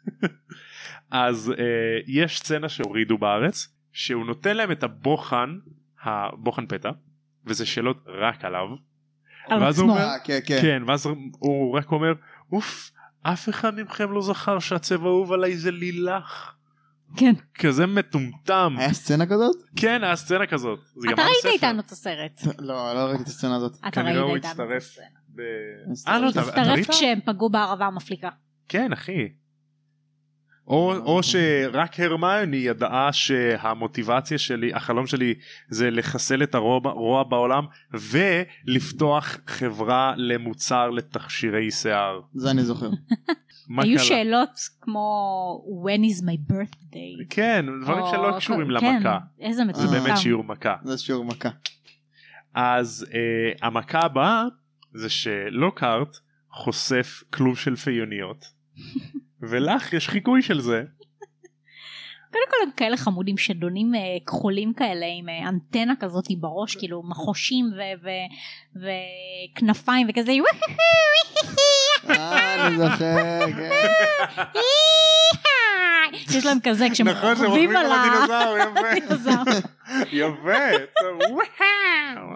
אז אה, יש סצנה שהורידו בארץ שהוא נותן להם את הבוחן, הבוחן פתע, וזה שאלות רק עליו. על ואז הוא עצמו. אומר, אה, כן, כן. כן, ואז הוא רק אומר, אוף, אף אחד מכם לא זכר שהצבע האהוב עליי זה לילך. כן. כזה מטומטם. היה סצנה כזאת? כן, היה סצנה כזאת. זה גם אתה היה ראית בספר. איתנו את הסרט. לא, לא ראיתי את הסצנה הזאת. אתה כנראה ראית הוא איתנו את הצטרף. הסרט. ב... הצטרף. אה, לא, אתה אתה הצטרף ראית? כשהם פגעו בערבה המפליקה. כן, אחי. או, או שרק הרמיוני ידעה שהמוטיבציה שלי, החלום שלי זה לחסל את הרוע, הרוע בעולם ולפתוח חברה למוצר לתכשירי שיער. זה אני זוכר. מה היו קרה? שאלות כמו when is my birthday. כן, דברים או- שלא קשורים כן, למכה. איזה זה מטומטם. באמת שיעור מכה. זה שיעור מכה. אז אה, המכה הבאה זה שלוקהרט חושף כלוב של פיוניות ולך יש חיקוי של זה. קודם כל הם כאלה חמודים שדונים אה, כחולים כאלה עם אה, אנטנה כזאת בראש, כאילו מחושים ו- ו- וכנפיים וכזה. אה, אני זוכר, כן. יש להם כזה כשהם נכון, שהם רוכבים רוכבים על על הדינוזאור, יפה. הדינוזאור. יפה. טוב, וואו.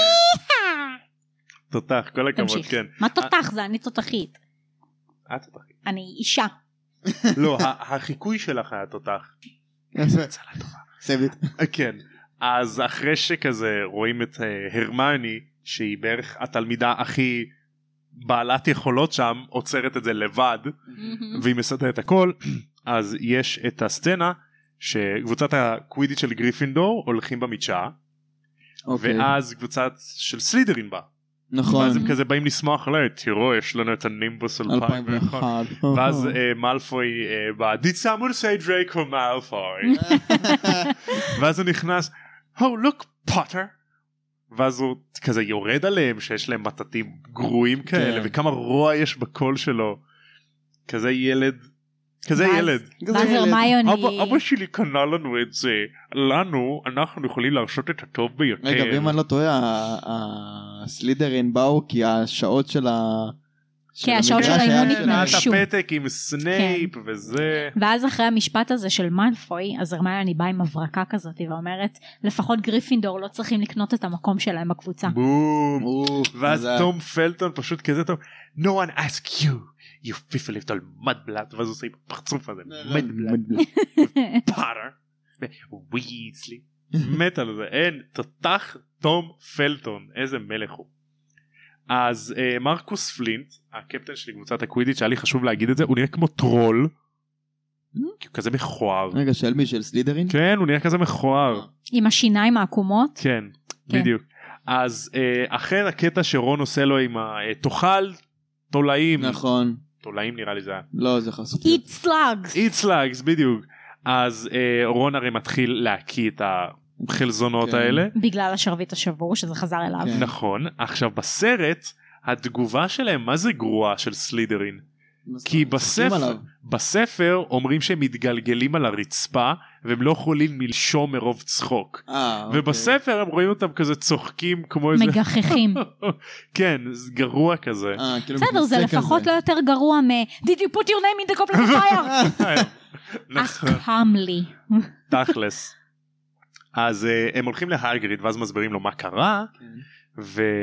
תותח, כל הכבוד, תמשיך. כן. מה תותח זה? אני תותחית. את תותחית. אני אישה. לא, ה- החיקוי שלך היה תותח. יפה. צלה טובה. סביט. כן. אז אחרי שכזה רואים את אה, הרמיוני שהיא בערך התלמידה הכי בעלת יכולות שם עוצרת את זה לבד והיא מסדרת הכל, אז יש את הסצנה שקבוצת הקווידיץ' של גריפינדור הולכים במדשאה אוקיי. ואז קבוצת של סלידרין בא נכון. ואז הם כזה באים לשמוח עליהם, תראו יש לנו את הנימבוס אלפיים ואחת אלפיים ואחת. ואז אה, מאלפוי אה, בא did someone say Draco Malfoy ואז הוא נכנס oh look Potter ואז הוא כזה יורד עליהם שיש להם מטטים גרועים כאלה כן. וכמה רוע יש בקול שלו כזה ילד כזה ואז- ילד ואז הרמיוני. אבא, אבא שלי קנה לנו את זה לנו אנחנו יכולים להרשות את הטוב ביותר. רגע, ואם אני לא טועה, ה- הסלידרין באו כי השעות של ה... כן, השעות של המגרש האימון היה כן, היה את התנגשו. הפתק עם סנייפ וזה ואז אחרי המשפט הזה של מאלפוי, אז הרמיוני באה עם הברקה כזאת ואומרת, לפחות גריפינדור לא צריכים לקנות את המקום שלהם בקבוצה. בום אוף, ואז זה- תום פלטון פשוט כזה טוב no one ask you you fiffle little mudblood ואז הוא עושה פרצוף הזה mudblood potter וויזלי מת על זה אין תותח תום פלטון איזה מלך הוא. אז uh, מרקוס פלינט הקפטן של קבוצת הקווידיץ' שהיה לי חשוב להגיד את זה הוא נראה כמו טרול כי הוא כזה מכוער רגע, של מי? של סלידרין? כן הוא נראה כזה מכוער עם השיניים העקומות. כן, כן. בדיוק. אז אה, אחרי הקטע שרון עושה לו עם ה... אה, תאכל תולעים. נכון. תולעים נראה לי זה היה. לא, זה חשוף. eat slugs. eat slugs, בדיוק. אז אה, רון הרי מתחיל להקיא את החלזונות כן. האלה. בגלל השרביט השבור שזה חזר אליו. כן. נכון, עכשיו בסרט התגובה שלהם מה זה גרועה של סלידרין, כי בספר, בספר אומרים שהם מתגלגלים על הרצפה והם לא יכולים מלשום מרוב צחוק, אה, ובספר הם רואים אותם כזה צוחקים כמו איזה מגחכים. כן, זה גרוע כזה. אה, כאילו בסדר, זה מתנשא לפחות כזה. לא יותר גרוע מ- Did you put your name in the goblet of fire? אז קם לי. תכלס. אז uh, הם הולכים להגריד ואז מסבירים לו מה קרה, כן.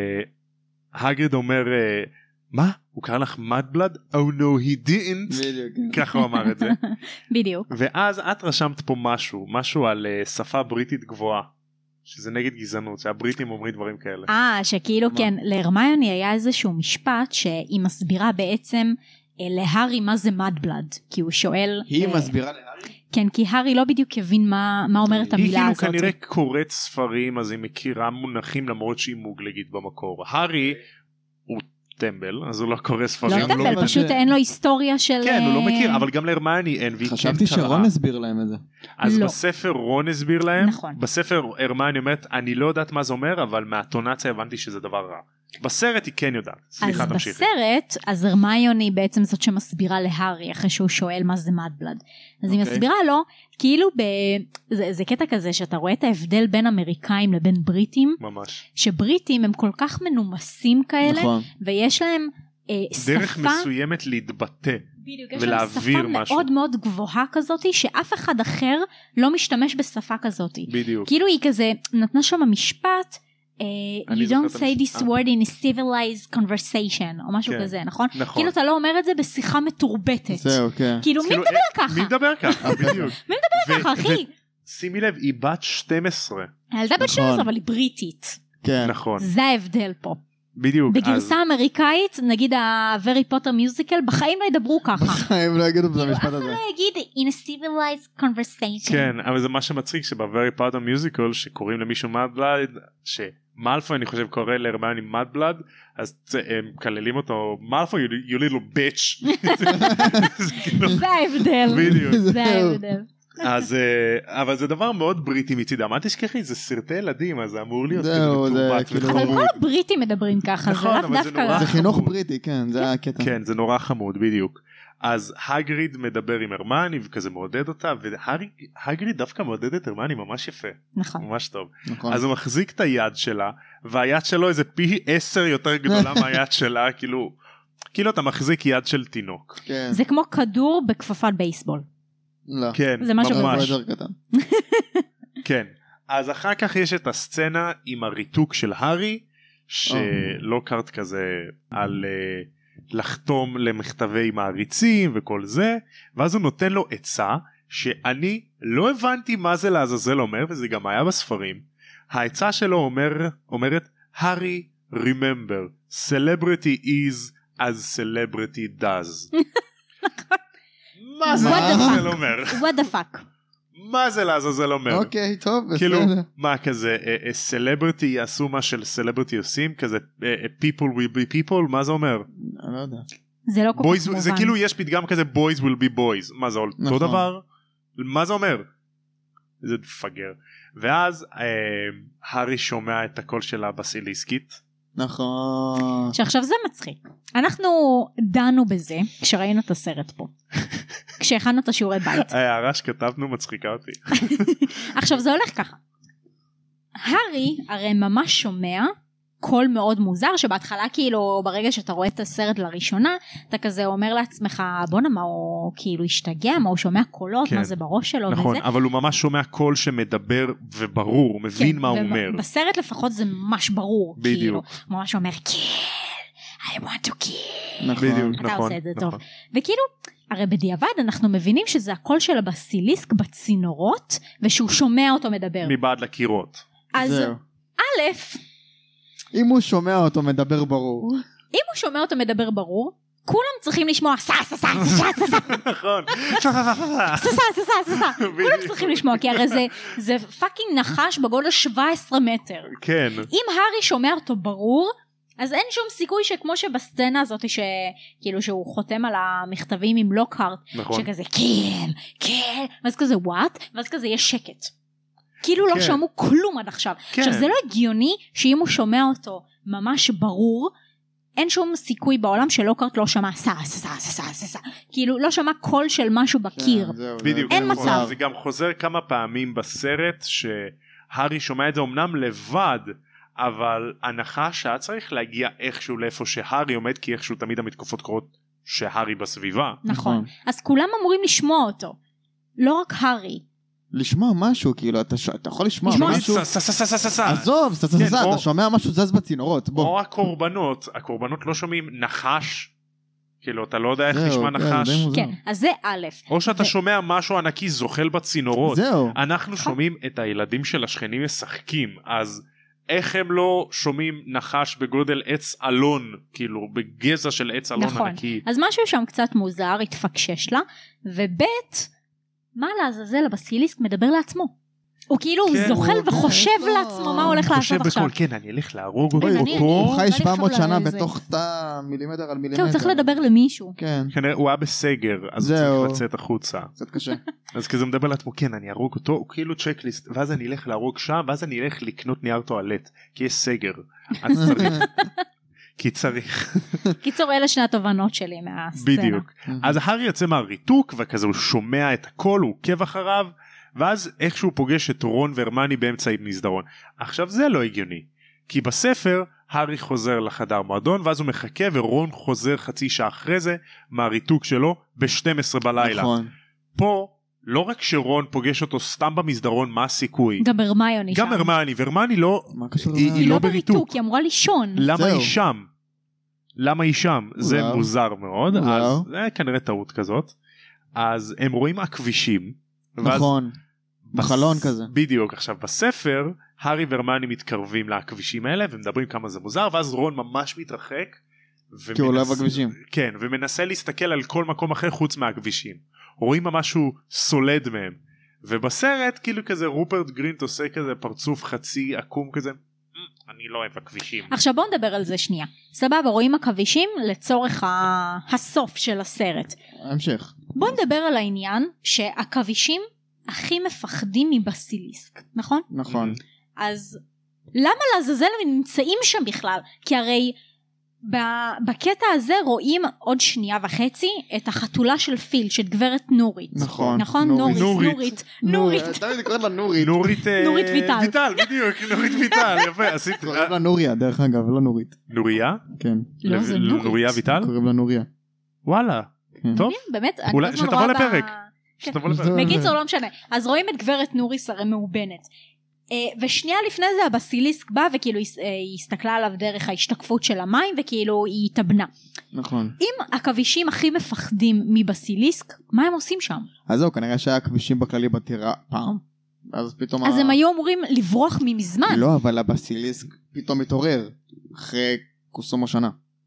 והגריד אומר uh, מה? הוא קרא לך מדבלד? Oh no he didn't. בדיוק, כן. ככה הוא אמר את זה. בדיוק. ואז את רשמת פה משהו, משהו על uh, שפה בריטית גבוהה, שזה נגד גזענות, שהבריטים אומרים דברים כאלה. אה, שכאילו מה? כן, להרמיוני היה איזשהו משפט שהיא מסבירה בעצם אה, להרי מה זה מדבלד, כי הוא שואל... היא אה, מסבירה להארי? כן, כי הארי לא בדיוק הבין מה, מה אומרת היא המילה כאילו הזאת. כנראה קוראת ספרים אז היא מכירה מונחים למרות שהיא מוגלגית במקור. הארי הוא טמבל אז הוא לא קורא ספרים. לא גם לא טמבל, מה פשוט ש- אין לו היסטוריה של... כן הוא לא אה, מכיר, אבל גם להרמיוני אין והיא כן חשבתי קראה. שרון הסביר להם את זה. אז לא. בספר רון הסביר להם, נכון. בספר הרמיוני אומרת אני לא יודעת מה זה אומר אבל מהטונציה הבנתי שזה דבר רע. בסרט היא כן יודעת. אז סליחה תמשיכי. בסרט, אז הרמיוני בעצם זאת שמסבירה להארי אחרי שהוא שואל מה זה מדבלד. אז היא אוקיי. מסבירה לו, כאילו ב... זה, זה קטע כזה שאתה רואה את ההבדל בין אמריקאים לבין בריטים, ממש. שבריטים הם כל כך מנומסים כאלה, נכון. ויש להם אה, דרך שפה... מסוימת להתבטא. בדיוק, יש להם ולהעביר שפה משהו. מאוד מאוד גבוהה כזאת, שאף אחד אחר לא משתמש בשפה כזאת. בדיוק. כאילו היא כזה, נתנה שם משפט, אה, אני you זוכר don't את say המשפט. this word in a civilized conversation, או משהו כן. כזה, נכון? נכון. כאילו אתה לא אומר את זה בשיחה מתורבתת. זהו, כן. כאילו מי כאילו, מדבר אה, ככה? מי מדבר ככה? בדיוק. מי מדבר ככה, ו- אחי? שימי לב היא בת שתים עשרה. הילדה בת נכון. שתים עשרה, אבל היא בריטית. כן. נכון. זה ההבדל פה. בדיוק. אז- בגרסה אמריקאית, נגיד ה-Very Potter Musical, בחיים לא ידברו ככה. הם לא יגידו את כאילו, המשפט אף אחד הזה. לא יגיד in a civilized conversation. כן אבל זה מה שמצחיק שב-Very Potter Musical שקוראים למישהו מדבלד שמאלפוי אני חושב קורא להרמיוני מדבלד אז הם מקללים אותו מאלפוי you little bitch. זה כאילו- זה ההבדל. בדיוק. זה ההבדל. אז אה, אבל זה דבר מאוד בריטי מצידם, אל תשכחי זה סרטי ילדים אז זה אמור להיות כזה זהו, זה מתורבת כאילו- אבל וחמוד. כל הבריטים מדברים ככה, זה נכון, לאו אבל זה דווקא... נורא- זה חינוך חמוד. בריטי, כן, זה הקטע. כן זה נורא חמוד בדיוק. אז הגריד מדבר עם הרמיוני וכזה מעודד אותה והגריד דווקא מעודד את הרמיוני ממש יפה נכון. ממש טוב. נכון. אז הוא מחזיק את היד שלה והיד שלו איזה פי עשר יותר גדולה מהיד שלה כאילו כאילו אתה מחזיק יד של תינוק. כן. זה כמו כדור בכפפת בייסבול. לא. כן זה משהו זה ממש יותר קטן. כן. אז אחר כך יש את הסצנה עם הריתוק של הארי שלא קארט כזה על uh, לחתום למכתבי מעריצים וכל זה ואז הוא נותן לו עצה שאני לא הבנתי מה זה לעזאזל אומר וזה גם היה בספרים. העצה שלו אומר, אומרת הארי remember celebrity is as celebrity does. מה זה What the לעזאזל fuck? אומר? what the fuck. מה זה לעזאזל אומר? אוקיי, טוב, כאילו בסדר. מה כזה סלבריטי יעשו מה של סלבריטי עושים כזה אה, אה, people will be people מה זה אומר? אני לא יודע. זה לא כל boys, כך מובן. זה כאילו יש פתגם כזה boys will be boys מה זה אותו נכון. דבר? מה זה אומר? זה מפגר. ואז אה, הארי שומע את הקול של הבסיליסקית. נכון. שעכשיו זה מצחיק. אנחנו דנו בזה כשראינו את הסרט פה. כשהכנו את השיעורי בית. ההערה שכתבנו מצחיקה אותי. עכשיו זה הולך ככה. הארי הרי ממש שומע קול מאוד מוזר שבהתחלה כאילו ברגע שאתה רואה את הסרט לראשונה אתה כזה אומר לעצמך בונה מה הוא כאילו השתגע מה הוא שומע קולות כן. מה זה בראש שלו נכון וזה. אבל הוא ממש שומע קול שמדבר וברור הוא מבין כן, מה הוא אומר. בסרט לפחות זה ממש ברור. בדיוק. כאילו, הוא ממש אומר kill I want to kill. נכון. בדיוק אתה נכון. עושה את זה נכון. טוב. וכאילו הרי בדיעבד אנחנו מבינים שזה הקול של הבסיליסק בצינורות ושהוא שומע אותו מדבר. מבעד לקירות. אז זהו. א', אם הוא שומע אותו מדבר ברור. אם הוא שומע אותו מדבר ברור, כולם צריכים לשמוע סה סה סה סה סה סה נכון. סה סה סה סה כולם צריכים לשמוע כי הרי זה זה פאקינג נחש בגודל שבע עשרה מטר. כן. אם הארי שומע אותו ברור אז אין שום סיכוי שכמו שבסצנה הזאת שכאילו שהוא חותם על המכתבים עם לוקהרט נכון. שכזה כן כן ואז כזה וואט ואז כזה יש שקט. כאילו לא כן. שמעו כלום עד עכשיו. כן. עכשיו זה לא הגיוני שאם הוא שומע אותו ממש ברור, אין שום סיכוי בעולם שלא קרט לא שמע סע סע סע סע סע, כאילו לא שמע קול של משהו בקיר. כן, זהו, בדיוק, אין זה מצב. נכון. זה גם חוזר כמה פעמים בסרט שהארי שומע את זה אמנם לבד, אבל הנחה שהיה צריך להגיע איכשהו לאיפה שהארי עומד, כי איכשהו תמיד המתקופות קורות שהארי בסביבה. נכון. אז כולם אמורים לשמוע אותו, לא רק הארי. לשמוע משהו, כאילו, אתה ש- אתה יכול לשמוע לשמוע משהו, סע, סע, סע, סע, סע, סע. עזוב, סע, סע, כן, סע, או- אתה שומע משהו זז בצינורות, בוא. או הקורבנות, הקורבנות לא שומעים נחש, כאילו אתה לא יודע איך זהו, נשמע כן, נחש, די מוזר. כן, אז זה א', או שאתה ו- שומע משהו ענקי זוחל בצינורות. זהו. אנחנו שומעים את הילדים של השכנים משחקים, אז איך הם לא שומעים נחש בגודל עץ אלון, כאילו בגזע של עץ אלון נכון. ענקי. אז משהו שם קצת מוזר, התפקשש לה, וב' מה לעזאזל הבסיליסק מדבר לעצמו. הוא כאילו כן, זוחל הוא- כן, וחושב יש לו- לעצמו מה הוא הולך חושב לעשות עכשיו. בקול, כן אני אלך להרוג כן, אותו. אני- הוא חי אני- שבע מאות אני שנה חייב בתוך תא מילימטר על מילימטר. כן, הוא צריך לדבר למישהו. כן, כנראה הוא היה בסגר, אז הוא זהו. צריך לצאת החוצה. קצת קשה. אז כזה מדבר לעצמו, כן אני ארוג אותו, הוא כאילו צ'קליסט, ואז אני אלך להרוג שם, ואז אני אלך לקנות נייר טואלט, כי יש סגר. אז צריך. כי צריך. קיצור, אלה שני התובנות שלי מהסצנה. בדיוק. אז הארי יוצא מהריתוק, וכזה הוא שומע את הכל, הוא עוקב אחריו, ואז איכשהו פוגש את רון והרמני באמצע המסדרון. עכשיו זה לא הגיוני, כי בספר הארי חוזר לחדר מועדון, ואז הוא מחכה ורון חוזר חצי שעה אחרי זה מהריתוק שלו ב-שתים עשרה בלילה. נכון. פה לא רק שרון פוגש אותו סתם במסדרון, מה הסיכוי? גם הרמיוני שם. גם הרמני, והרמני לא, מה קשור היא- לזה? היא לא לא בריתוק, בריתוק. היא אמורה לישון. למה זהו. היא שם? למה היא שם? זה וואו. מוזר מאוד, וואו. אז זה כנראה טעות כזאת. אז הם רואים הכבישים. ואז נכון. בחלון כזה. בדיוק. עכשיו בספר הארי והרמני מתקרבים לכבישים האלה ומדברים כמה זה מוזר, ואז רון ממש מתרחק. כי הוא לא ומנס- אוהב הכבישים. כן, ומנסה להסתכל על כל מקום אחר חוץ מהכבישים. רואים ממש שהוא סולד מהם. ובסרט כאילו כזה רופרט גרינט עושה כזה פרצוף חצי עקום כזה. "מ, אני לא אוהב הכבישים. עכשיו בוא נדבר על זה שנייה. סבבה, רואים עכבישים לצורך ה... הסוף של הסרט. המשך. בוא נדבר על העניין שעכבישים הכי מפחדים מבסיליסק, נכון? נכון. אז למה לעזאזל הם נמצאים שם בכלל? כי הרי ב- בקטע הזה רואים עוד שנייה וחצי את החתולה של פיל, של גברת נורית. נכון. נכון? נורית. נורית. נורית. נורית. נורית. תמיד קוראת לה נורית. נורית אה, נורית ויטל. ויטל בדיוק נורית ויטל יפה עשית קוראים לה נוריה, דרך אגב, לא נורית. נוריה כן. לא, לב- זה נורית. נוריה ויטל קוראים לה נוריה. וואלה כן. טוב באמת, אני אולי כל הזמן שתבוא רואה לפרק. ב- שתבוא לפרק. זה- בקיצור לא משנה. אז רואים את גברת נוריס הרי מאובנת. אה, ושנייה לפני זה הבסיליסק בא וכאילו הס- אה, היא הסתכלה עליו דרך ההשתקפות של המים וכאילו היא התאבנה. נכון. אם הכבישים הכי מפחדים מבסיליסק, מה הם עושים שם? אז זהו, כנראה שהיה כבישים בכללי בטירה פעם. אז פתאום... אז ה- הם היו אמורים לברוח ממזמן. לא, אבל הבסיליסק פתאום מתעורר. אחרי קוסומו שנה.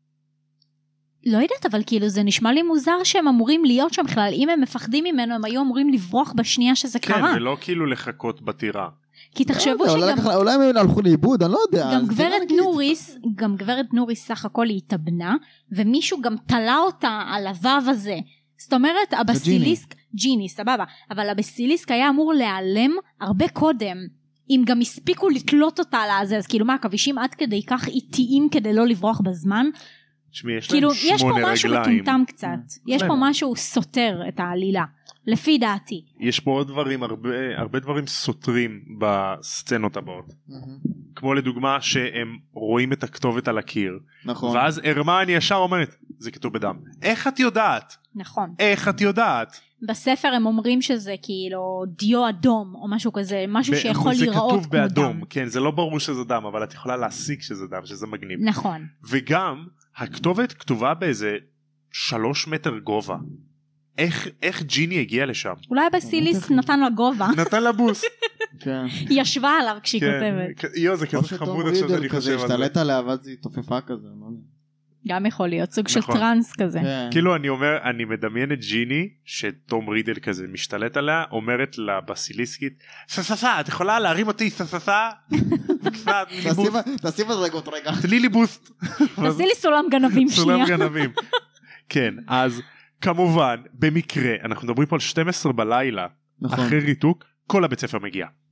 לא יודעת, אבל כאילו זה נשמע לי מוזר שהם אמורים להיות שם בכלל. אם הם מפחדים ממנו הם היו אמורים לברוח בשנייה שזה כן קרה. ולא כאילו לחכות בטירה. כי תחשבו לא יודע, שגם אולי לקח- אולי הם הלכו לאיבוד, אני לא יודע. גם אז זה גברת להגיד. נוריס, גם גברת נוריס סך הכל היא התאבנה, ומישהו גם תלה אותה על הוו הזה. זאת אומרת, הבסיליסק, ג'יני, סבבה, אבל הבסיליסק היה אמור להיעלם הרבה קודם, אם גם הספיקו לתלות אותה על הזה, אז כאילו מה, הכבישים עד כדי כך איטיים כדי לא לברוח בזמן, תשמעי יש כאילו להם יש פה שמונה משהו רגליים. מטומטם קצת, יש פה להם. משהו סותר את העלילה, לפי דעתי. יש פה עוד דברים הרבה הרבה דברים סותרים בסצנות הבאות. מהמם. כמו לדוגמה שהם רואים את הכתובת על הקיר נכון. ואז הרמני ישר אומרת זה כתוב בדם. איך את יודעת? נכון. איך את יודעת? בספר הם אומרים שזה כאילו דיו אדום או משהו כזה, משהו ב- שיכול זה להיראות כתוב כמו באדום, דם. כן זה לא ברור שזה דם אבל את יכולה להסיק שזה דם שזה מגניב. נכון. וגם הכתובת כתובה באיזה שלוש מטר גובה. איך איך ג'יני הגיע לשם? אולי הבסיליסק בטח. נתן לה גובה, נתן לה בוס. כן. היא ישבה עליו כשהיא כותבת. כן. יו זה או כזה שטום חמוד עכשיו רידל שאני כזה חושב על זה. השתלט עליה ואז היא תופפה כזה. לא יודע. גם יכול להיות סוג של נכון. טרנס כזה. כן. כאילו אני אומר אני מדמיין את ג'יני שתום רידל כזה משתלט עליה אומרת לבסיליסקית סססה את יכולה להרים אותי סססה וקצת תני לי תעשי בוסט ב- תעשי מדרגות רגע. תני לי בוסט. תעשי לי סולם גנבים סולם שנייה. גנבים. כן אז כמובן במקרה אנחנו מדברים פה על שתים עשרה בלילה נכון. אחרי ריתוק כל הבית ספר מגיע.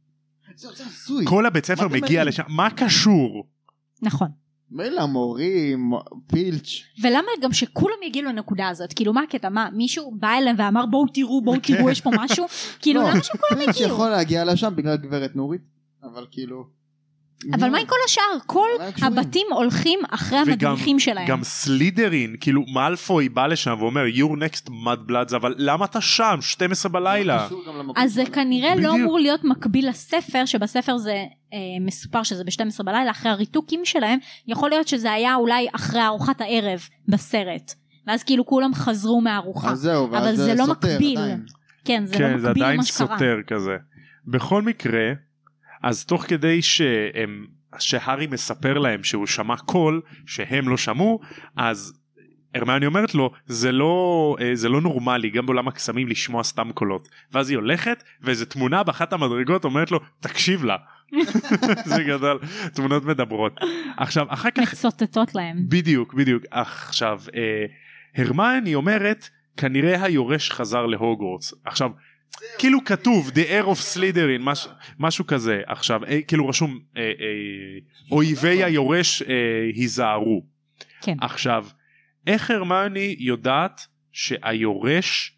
זה עושה עשוי. כל הבית ספר מגיע לשם, מה קשור? נכון. מילא המורים, פילץ'. ולמה גם שכולם יגיעו לנקודה הזאת? כאילו מה הקטע? מה, מישהו בא אליהם ואמר בואו תראו, בואו תראו, יש פה משהו? כאילו למה שכולם פילץ' יגיעו? יכול להגיע לשם בגלל גברת נורית, אבל כאילו... אבל מה עם כל השאר? כל הבתים הולכים אחרי המדריכים שלהם. גם סלידרין, כאילו מאלפוי בא לשם ואומר you're next mud bloods, אבל למה אתה שם? שתים עשרה בלילה. אז זה כנראה לא אמור להיות מקביל לספר, שבספר זה אה, מסופר שזה ב-שתים עשרה בלילה, אחרי הריתוקים שלהם, יכול להיות שזה היה אולי אחרי ארוחת הערב בסרט, ואז כאילו כולם חזרו מהארוחה. אז זהו, ואז אבל זה, זה לא סותר, מקביל. עדיין. כן, זה כן, לא זה מקביל עדיין למה שקרה. סותר כזה. בכל מקרה, אז תוך כדי שהם, שהרי מספר להם שהוא שמע קול שהם לא שמעו, אז הרמיוני אומרת לו זה לא, זה לא נורמלי גם בעולם הקסמים לשמוע סתם קולות, ואז היא הולכת ואיזו תמונה באחת המדרגות אומרת לו תקשיב לה. זה גדול, תמונות מדברות. עכשיו אחר כך מצוטטות להם. בדיוק בדיוק. עכשיו אה, הרמיוני אומרת כנראה היורש חזר להוגוורטס. עכשיו כאילו כתוב the air of Slytherin מש, משהו כזה. עכשיו אה, כאילו רשום אה, אה, אויבי היורש אה, היזהרו. כן. עכשיו איך הרמיוני יודעת שהיורש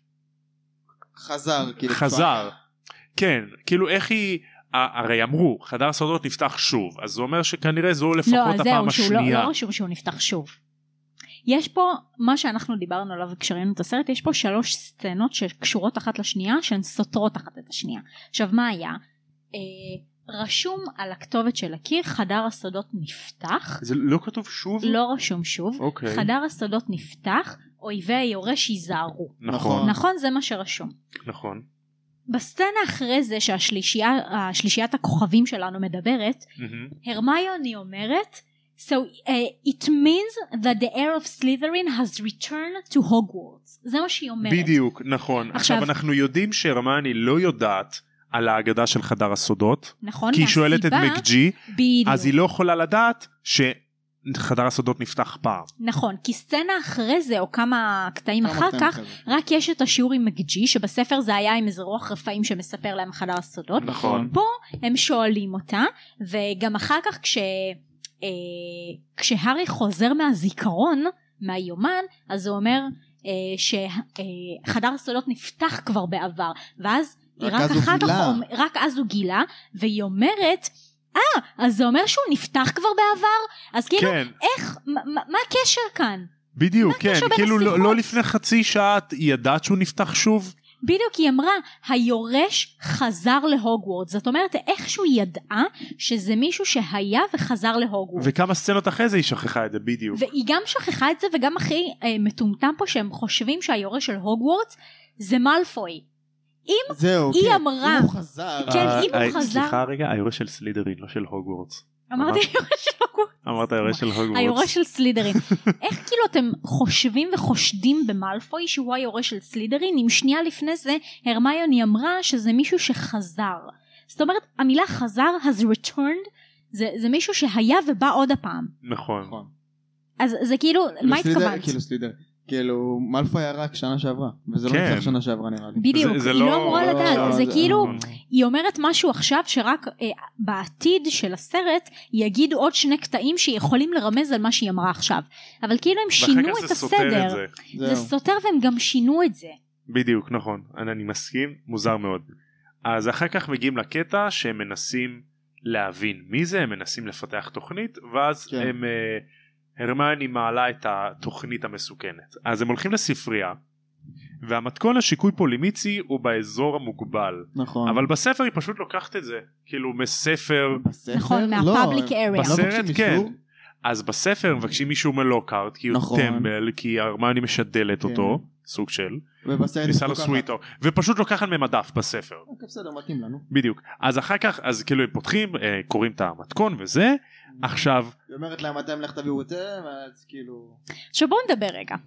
חזר כאילו חזר? כן, כאילו איך היא, הרי אמרו חדר הסודות נפתח שוב, אז זה אומר שכנראה זו לפחות לא, הפעם זהו, השנייה. לא, לא רשום שהוא נפתח שוב. יש פה מה שאנחנו דיברנו עליו כשראינו את הסרט, יש פה שלוש סצנות שקשורות אחת לשנייה שהן סותרות אחת את השנייה. עכשיו מה היה? אה, רשום על הכתובת של הקיר חדר הסודות נפתח. זה לא כתוב שוב? לא רשום שוב. אוקיי. חדר הסודות נפתח, אויבי היורש ייזהרו. נכון. נכון, זה מה שרשום. נכון. בסצנה אחרי זה שהשלישיית הכוכבים שלנו מדברת, Mm-hmm. הרמיוני אומרת So uh, it means that the heir of Slytherin has returned to Hogwarts. זה מה שהיא אומרת. בדיוק, נכון. עכשיו, עכשיו אנחנו יודעים שהרמיוני לא יודעת על ההגדה של חדר הסודות. נכון. כי היא שואלת את מקג'י, בדיוק. אז היא לא יכולה לדעת שחדר הסודות נפתח פעם. נכון, כי סצנה אחרי זה או כמה קטעים אחר כך, רק יש את השיעור עם מקג'י, שבספר זה היה עם איזה רוח רפאים שמספר להם חדר הסודות. נכון. פה הם שואלים אותה, וגם אחר כך כש... Uh, כשהרי חוזר מהזיכרון מהיומן, אז הוא אומר uh, שחדר uh, הסודות נפתח כבר בעבר, ואז רק, רק, אחר כך, רק אז הוא גילה, והיא אומרת אה ah, אז זה אומר שהוא נפתח כבר בעבר, אז כאילו כן. איך מה, מה הקשר כאן? בדיוק, כן, כאילו לא, לא לפני חצי שעה היא ידעת שהוא נפתח שוב. בדיוק, היא אמרה היורש חזר להוגוורטס, זאת אומרת איכשהו ידעה שזה מישהו שהיה וחזר להוגוורטס, וכמה סצנות אחרי זה היא שכחה את זה. בדיוק, והיא גם שכחה את זה, וגם הכי אה, מטומטם פה שהם חושבים שהיורש של הוגוורטס זה מאלפוי. אם זהו, היא כן. אמרה אם הוא חזר, כן, אה, אם הוא אה, חזר, סליחה רגע, היורש של סלידרין לא של הוגוורטס. אמרתי היורש של הוגוורטס, אמרת היורש של הוגוורטס. היורש של סלידרין. איך כאילו אתם חושבים וחושדים במאלפוי שהוא היורש של סלידרין, אם שנייה לפני זה הרמיוני אמרה שזה מישהו שחזר. זאת אומרת המילה חזר has returned, זה, זה מישהו שהיה ובא עוד הפעם. נכון. אז זה כאילו מה התכוונת? כאילו סלידר, כאילו מאלפוי היה רק שנה שעברה, וזה לא נפתח שנה שעברה נראה לי. בדיוק, היא לא אמורה לדעת, זה כאילו נכון. היא אומרת משהו עכשיו שרק אה, בעתיד של הסרט יגידו עוד שני קטעים שיכולים לרמז על מה שהיא אמרה עכשיו, אבל כאילו הם שינו את הסדר, זה. זה סותר והם גם שינו את זה. בדיוק, נכון, אני, אני מסכים, מוזר מאוד. אז אחר כך מגיעים לקטע שהם מנסים להבין מי זה, הם מנסים לפתח תוכנית, ואז כן. הם... אה, הרמיוני מעלה את התוכנית המסוכנת. אז הם הולכים לספרייה, והמתכון לשיקוי פולימיצי הוא באזור המוגבל. נכון. אבל בספר היא פשוט לוקחת את זה, כאילו מספר. בספר? נכון, מהפאבליק אריה. בסרט כן. אז בספר מבקשים מישהו מלוקארט, כי הוא נכון. טמבל, כי הרמיוני משדלת כן. אותו, סוג של. ובסרט ניסה לו סוויטו, ופשוט לוקחת ממדף בספר. אוקיי, בסדר, מתאים לנו. בדיוק. אז אחר כך, אז כאילו הם פותחים, קוראים את המתכון וזה, עכשיו היא אומרת להם אתם לך תביאו את זה, אז כאילו עכשיו בואו נדבר רגע.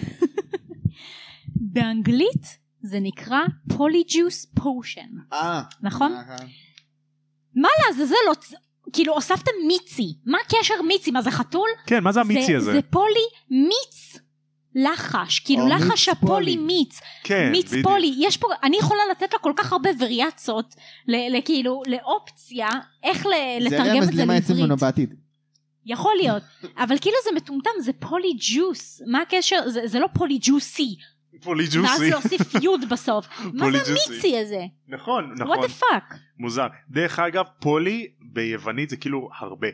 באנגלית זה נקרא Polyjuice Potion, נכון? מה לעזאזל לא, כאילו הוספתם מיצי, מה הקשר מיצי, מה זה חתול? כן, מה זה המיצי הזה? זה פולי מיץ, לחש, כאילו או לחש מיץ הפולי פולי. מיץ, כן, מיץ בדיוק. פולי, יש פה, אני יכולה לתת לה כל כך הרבה וריאציות, ל- לכאילו, לאופציה, איך ל- זה לתרגם רמז את זה למה יצא ממנו לעברית. בעתיד. יכול להיות, אבל כאילו זה מטומטם, זה פולי ג'וס, מה הקשר, זה, זה לא פולי ג'וסי, פולי ואז ג'וסי. להוסיף יוד בסוף, מה זה פולי ג'וסי. המיצי הזה? נכון, what נכון. the fuck? מוזר. דרך אגב, פולי ביוונית זה כאילו הרבה.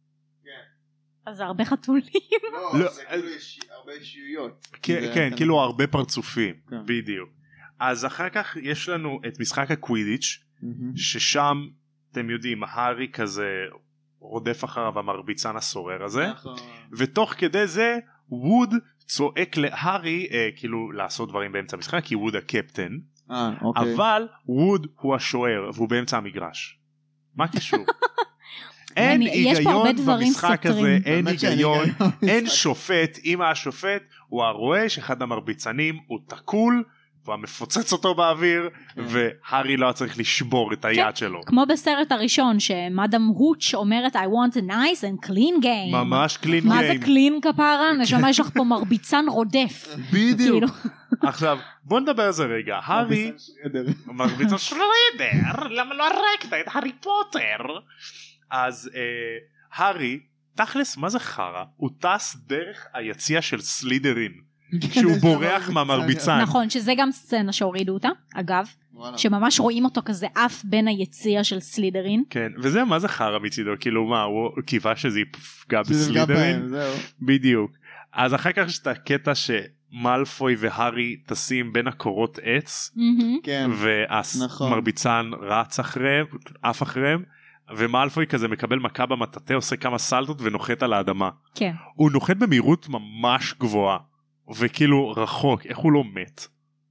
אז זה הרבה חתולים. לא, זה כאילו יש הרבה אישיויות. כן, זה- כן, כאילו הרבה פרצופים, כן. בדיוק. אז אחר כך יש לנו את משחק הקווידיץ', מהמם. ששם אתם יודעים, הארי כזה רודף אחריו המרביצן הסורר הזה, נכון. ותוך כדי זה ווד צועק להארי אה, כאילו לעשות דברים באמצע המשחק, כי ווד הקפטן, אה, אוקיי. אבל ווד הוא השוער והוא באמצע המגרש. מה קשור? אין אני- יש פה הרבה היגיון דברים במשחק הזה, סותרים. אין באמת שאין היגיון, היגיון. אין שופט. אם השופט הוא הרואה שאחד המרביצנים הוא תקול והמפוצץ אותו באוויר, והארי לא צריך לשבור את היד שלו. כמו בסרט הראשון שמאדם הוץ' אומרת I want a nice and clean game. ממש קלין מה זה גיים. קלין כפרה? נשמה, יש לך פה מרביצן רודף. בדיוק. כאילו, עכשיו בוא נדבר על זה רגע. הארי מרביצן שרדר, למה לא הרגת את הארי פוטר? אז אה, הארי תכלס מה זה חרא? הוא טס דרך היציע של סלידרין כשהוא בורח מהמרביצן. נכון, שזה גם סצנה שהורידו אותה, אגב, שממש רואים אותו כזה אף בין היציע של סלידרין. כן, וזה מה זה חרא מצידו, כאילו מה, הוא קיווה שזה יפגע שזה יפגע בסלידרין? בהם, זהו. בדיוק. אז אחר כך יש את הקטע שמלפוי והארי טסים בין הקורות עץ, מהמם. כן. נכון. והמרביצן רץ אחריהם, עף אחריהם, ומלפוי כזה מקבל מכה במטאטה, עושה כמה סלטות ונוחת על האדמה. כן. הוא נוחת במהירות ממש גבוהה, וכאילו רחוק, איך הוא לא מת?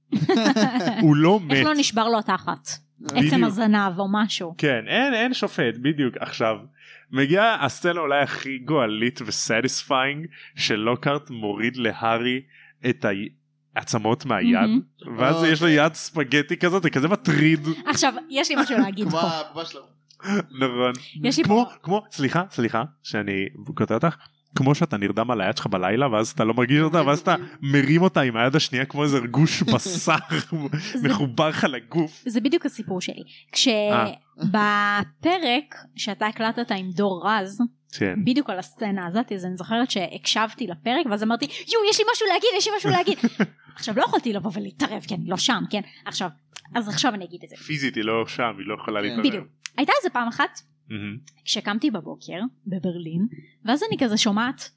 הוא לא מת. איך לא נשבר לו תחת? בדיוק. עצם הזנב או משהו. כן, אין, אין שופט, בדיוק. עכשיו, מגיעה הסצנה אולי הכי גואלית וסטיספיינג, שלוקארט מוריד להארי את העצמות מהיד, מהמם. ואז אוקיי. יש לו יד ספגטי כזאת, זה כזה מטריד. עכשיו, יש לי משהו להגיד כמו פה. הבובה שלו. נכון. יש לי כמו, פה- כמו, סליחה, סליחה, שאני קוטע אותך, כמו שאתה נרדם על היד שלך בלילה, ואז אתה לא מרגיש אותה, ואז אתה מרים אותה עם היד השנייה, כמו איזה גוש בשר מחובר לך לגוף. זה בדיוק הסיפור שלי. אה. כשבפרק שאתה הקלטת עם דור רז, כן. בדיוק על הסצנה הזאת, אז אני זוכרת שהקשבתי לפרק, ואז אמרתי, יו, יש לי משהו להגיד, יש לי משהו להגיד. עכשיו, לא יכולתי לבוא ולהתערב, כי אני לא שם, כן? עכשיו, אז עכשיו אני אגיד את זה. פיזית היא לא שם, היא לא יכולה להתערב. בדיוק. הייתה איזה פעם אחת, מהמם. כשקמתי בבוקר, בברלין, ואז אני כזה שומעת,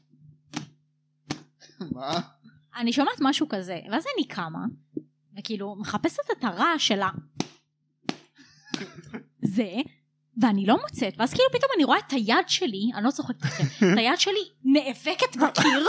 מה? אני שומעת משהו כזה, ואז אני קמה, וכאילו מחפשת את הרעש של ה... זה, ואני לא מוצאת, ואז כאילו פתאום אני רואה את היד שלי, אני לא צוחקת לכם, את היד שלי נאבקת בקיר,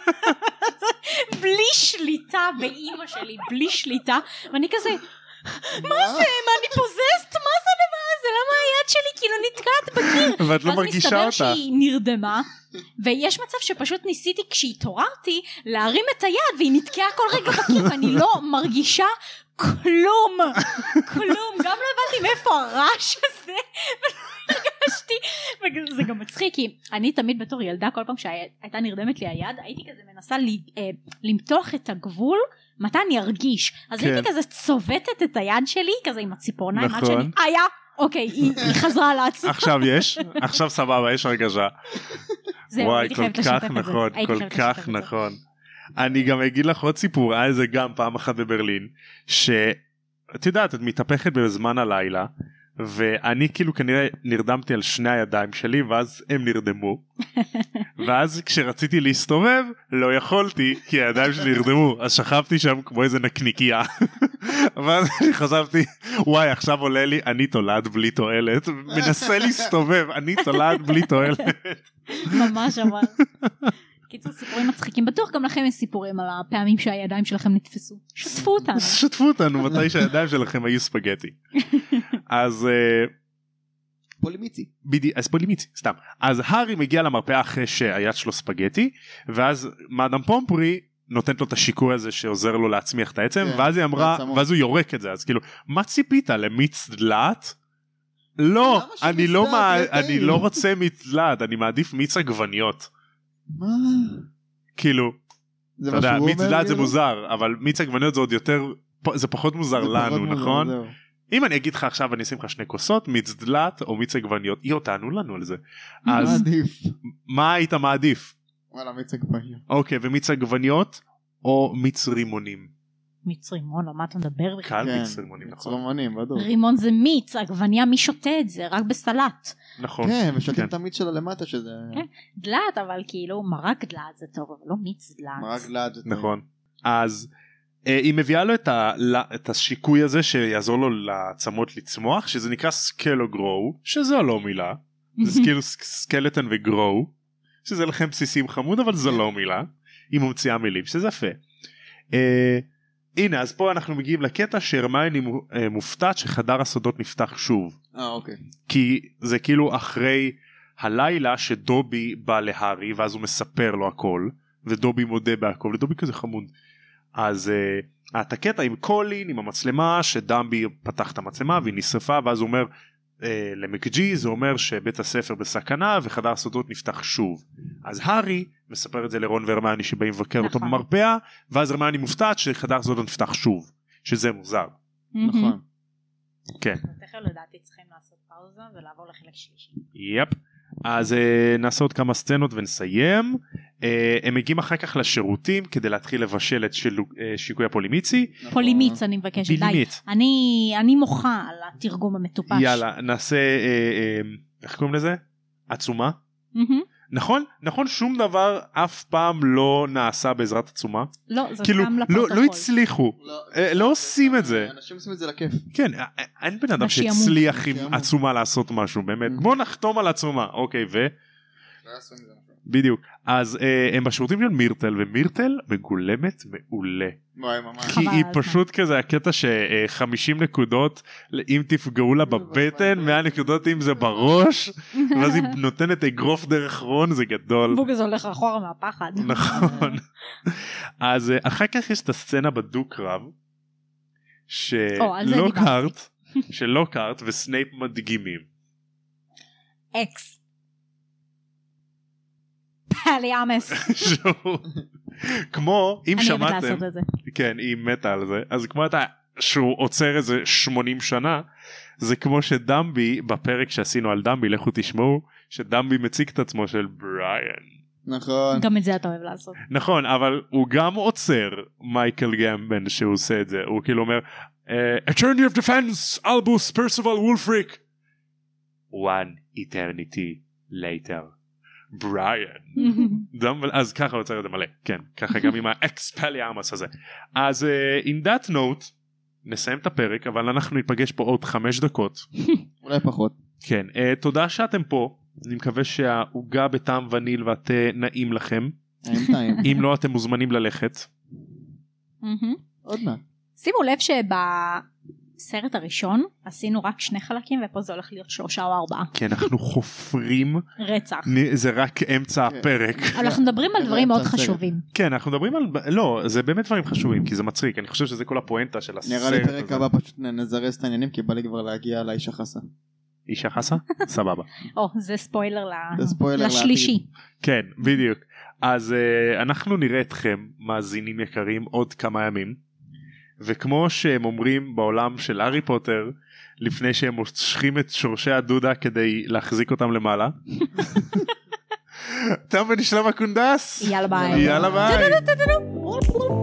בלי שליטה באימא שלי, בלי שליטה, ואני כזה, מה זה, מה אני פוזסט, מה זה הדבר הזה, למה היד שלי כאילו נתקעת בקיר, ואת לא ואז מרגישה מסתבר אותה. שהיא נרדמה, ויש מצב שפשוט ניסיתי כשהתעוררתי להרים את היד והיא נתקעה כל רגע בקיר ואני לא מרגישה כלום, כלום, גם לא הבנתי מאיפה הרעש הזה, ולא הרגשתי, וזה גם מצחיק כי אני תמיד בתור ילדה כל פעם שהייתה נרדמת לי היד הייתי כזה מנסה ל, אה, למתוח את הגבול מתי אני ארגיש, אז כן. הייתי כזה צובטת את היד שלי כזה עם הציפורניים, עד נכון. שאני, היה, אוקיי, היא, היא חזרה לעצמה. עכשיו יש? עכשיו סבבה, יש הרגשה. זהו, וואי, הייתי כל חייבת לשתף כך את זה. נכון, הייתי כל חייבת כך לשתף את זה. נכון. אני גם אגיד לך עוד סיפור, היה איזה גם פעם אחת בברלין, שאת יודעת, את מתהפכת בזמן הלילה, ואני כאילו כנראה נרדמתי על שני הידיים שלי, ואז הם נרדמו, ואז כשרציתי להסתובב, לא יכולתי, כי הידיים שלי נרדמו, אז שכבתי שם כמו איזה נקניקייה, ואז חשבתי, וואי, עכשיו עולה לי, אני תולד בלי תועלת, מנסה להסתובב, אני תולד בלי תועלת. ממש אבל. קיצור סיפורים מצחיקים, בטוח גם לכם יש סיפורים על הפעמים שהידיים שלכם נתפסו. שתפו אותנו. שתפו אותנו מתי שהידיים שלכם היו ספגטי. אז פולימיצי. בדיוק, אז פולימיצי, סתם. אז הארי מגיע למרפאה אחרי שהיד שלו ספגטי, ואז מאדם פומפרי נותנת לו את השיקוי הזה שעוזר לו להצמיח את העצם, כן, ואז היא אמרה, העצמות. ואז הוא יורק את זה, אז כאילו, מה ציפית, למיץ דלעת? לא, למה שמיץ אני לא, דלעת? מה, לא אני טעים. לא רוצה מיץ דלעת, אני מעדיף מיץ עגבניות. מה? כאילו, זה אתה מה יודע, שהוא מיץ אומר, דלעת זה כאילו? מוזר, אבל מיץ עגבניות זה עוד יותר, זה פחות מוזר זה פחות לנו, מוזר, נכון? זהו. אם אני אגיד לך עכשיו אני אשים לך שני כוסות, מיץ דלעת או מיץ עגבניות, יו תענו לנו על זה. מה אז עדיף? מה היית מעדיף? וואלה, מיץ עגבניות. אוקיי, ומיץ עגבניות או מיץ רימונים? מיץ רימון, על מה אתה מדבר בכלל? קל כן, מיץ רימונים, נכון? צרומנים, בטוח. רימון זה מיץ, עגבניה מי שותה את זה? רק בסלט. נכון. כן, ושותים כן. את המיץ שלה למטה שזה... כן. דלעת, אבל כאילו מרק דלעת זה טוב, אבל לא מיץ דלעת. מרק דלעת זה טוב. נכון. אז אה, היא מביאה לו את, ה, את השיקוי הזה שיעזור לו לעצמות לצמוח, שזה נקרא סקלוגרו, שזו לא מילה. זה כאילו סקלטון וגרו, שזה לכם בסיסים חמוד, אבל זו לא מילה. היא ממציאה מילים, שזה יפה. אה, הנה, אז פה אנחנו מגיעים לקטע שהרמיוני מופתעת שחדר הסודות נפתח שוב. אה, אוקיי. כי זה כאילו אחרי הלילה שדובי בא להארי ואז הוא מספר לו הכל ודובי מודה בהכל ודובי כזה חמוד. אז uh, את הקטע עם קולין עם המצלמה שדמבי פתח את המצלמה והיא נשרפה ואז הוא אומר uh, למקג'י זה אומר שבית הספר בסכנה וחדר הסודות נפתח שוב. אז הארי מספר את זה לרון והרמיוני שבאים לבקר אותו נכון. במרפאה ואז הרמיוני מופתעת שחדר הסודות נפתח שוב שזה מוזר. נכון. כן. תכף לדעתי צריכים לעשות פאוזה ולעבור לחלק שלישי. יפ. אז uh, נעשה עוד כמה סצנות ונסיים. uh, הם מגיעים אחר כך לשירותים כדי להתחיל לבשל את של... uh, שיקוי הפולימיצי. פולימיץ אני מבקשת, די. בילימיץ. אני אני מוחה על התרגום המטופש. יאללה נעשה uh, uh, איך קוראים לזה? עצומה. מהמם. נכון נכון שום דבר אף פעם לא נעשה בעזרת עצומה. לא, זה כאילו סתם לא, לפרוטוקול. לא הצליחו. אה, לא עושים את זה. אנשים עושים את זה לכיף. כן אה, אה, אין בן אדם בשעמום. שהצליח עם בשעמום. עצומה לעשות משהו באמת. Mm. בוא נחתום על עצומה. אוקיי ו... לא יעשו עם זה נכון. בדיוק. אז אה, הם בשירותים של מירטל ומירטל מגולמת מעולה. וואי, ממש. כי חבל היא על פשוט כזה הקטע ש-חמישים נקודות אם תפגעו לה בבטן, מאה נקודות אם זה בראש, ואז היא נותנת אגרוף דרך רון, זה גדול. בוגז הולך אחורה מהפחד. נכון. אז אה, אחר כך יש את הסצנה בדו-קרב, או, על זה שלוקהרט, שלוקהרט וסנייפ מדגימים. אקס. פליאמס. שהוא- כמו אם אני אוהבת שמעתם, לעשות את זה. כן היא מתה על זה, אז כמו אתה שהוא עוצר איזה שמונים שנה, זה כמו שדמבי בפרק שעשינו על דמבי, לכו תשמעו, שדמבי מציג את עצמו של בריאן. נכון. גם את זה אתה אוהב לעשות. נכון, אבל הוא גם עוצר מייקל גמבן שהוא עושה את זה, הוא כאילו אומר uh, Attorney of Defense, Albus Percival Wulfric One Eternity Later בריאן. אז ככה יוצר את זה מלא, כן, ככה גם עם האקספליאמוס הזה. אז uh, in that note נסיים את הפרק, אבל אנחנו ניפגש פה עוד חמש דקות. אולי פחות. כן, uh, תודה שאתם פה, אני מקווה שהעוגה בטעם וניל והתה נעים לכם, אין טעים. אם לא אתם מוזמנים ללכת. מהמם. עוד מעט. שימו לב שבסרט הראשון עשינו רק שני חלקים ופה זה הולך להיות שלושה או ארבעה. כי אנחנו חופרים, רצח. נ- זה רק אמצע הפרק. אבל אנחנו מדברים על זה דברים מאוד אמצע הסרט. חשובים. כן, אנחנו מדברים על, לא, זה באמת דברים חשובים, כי זה מצחיק, אני חושב שזה כל הפואנטה של הסרט נראה לי פרק הזה. הבא פשוט נזרז את העניינים כי בא לי כבר להגיע לאיש החסה. אישה חסה? סבבה. או, זה ספוילר ל- זה ספוילר לשלישי. כן, בדיוק. אז uh, אנחנו נראה אתכם, מאזינים יקרים, עוד כמה ימים. וכמו שהם אומרים בעולם של הארי פוטר, לפני שהם מושכים את שורשי הדודה כדי להחזיק אותם למעלה. תם ונשלם הקונדס. יאללה ביי. יאללה ביי.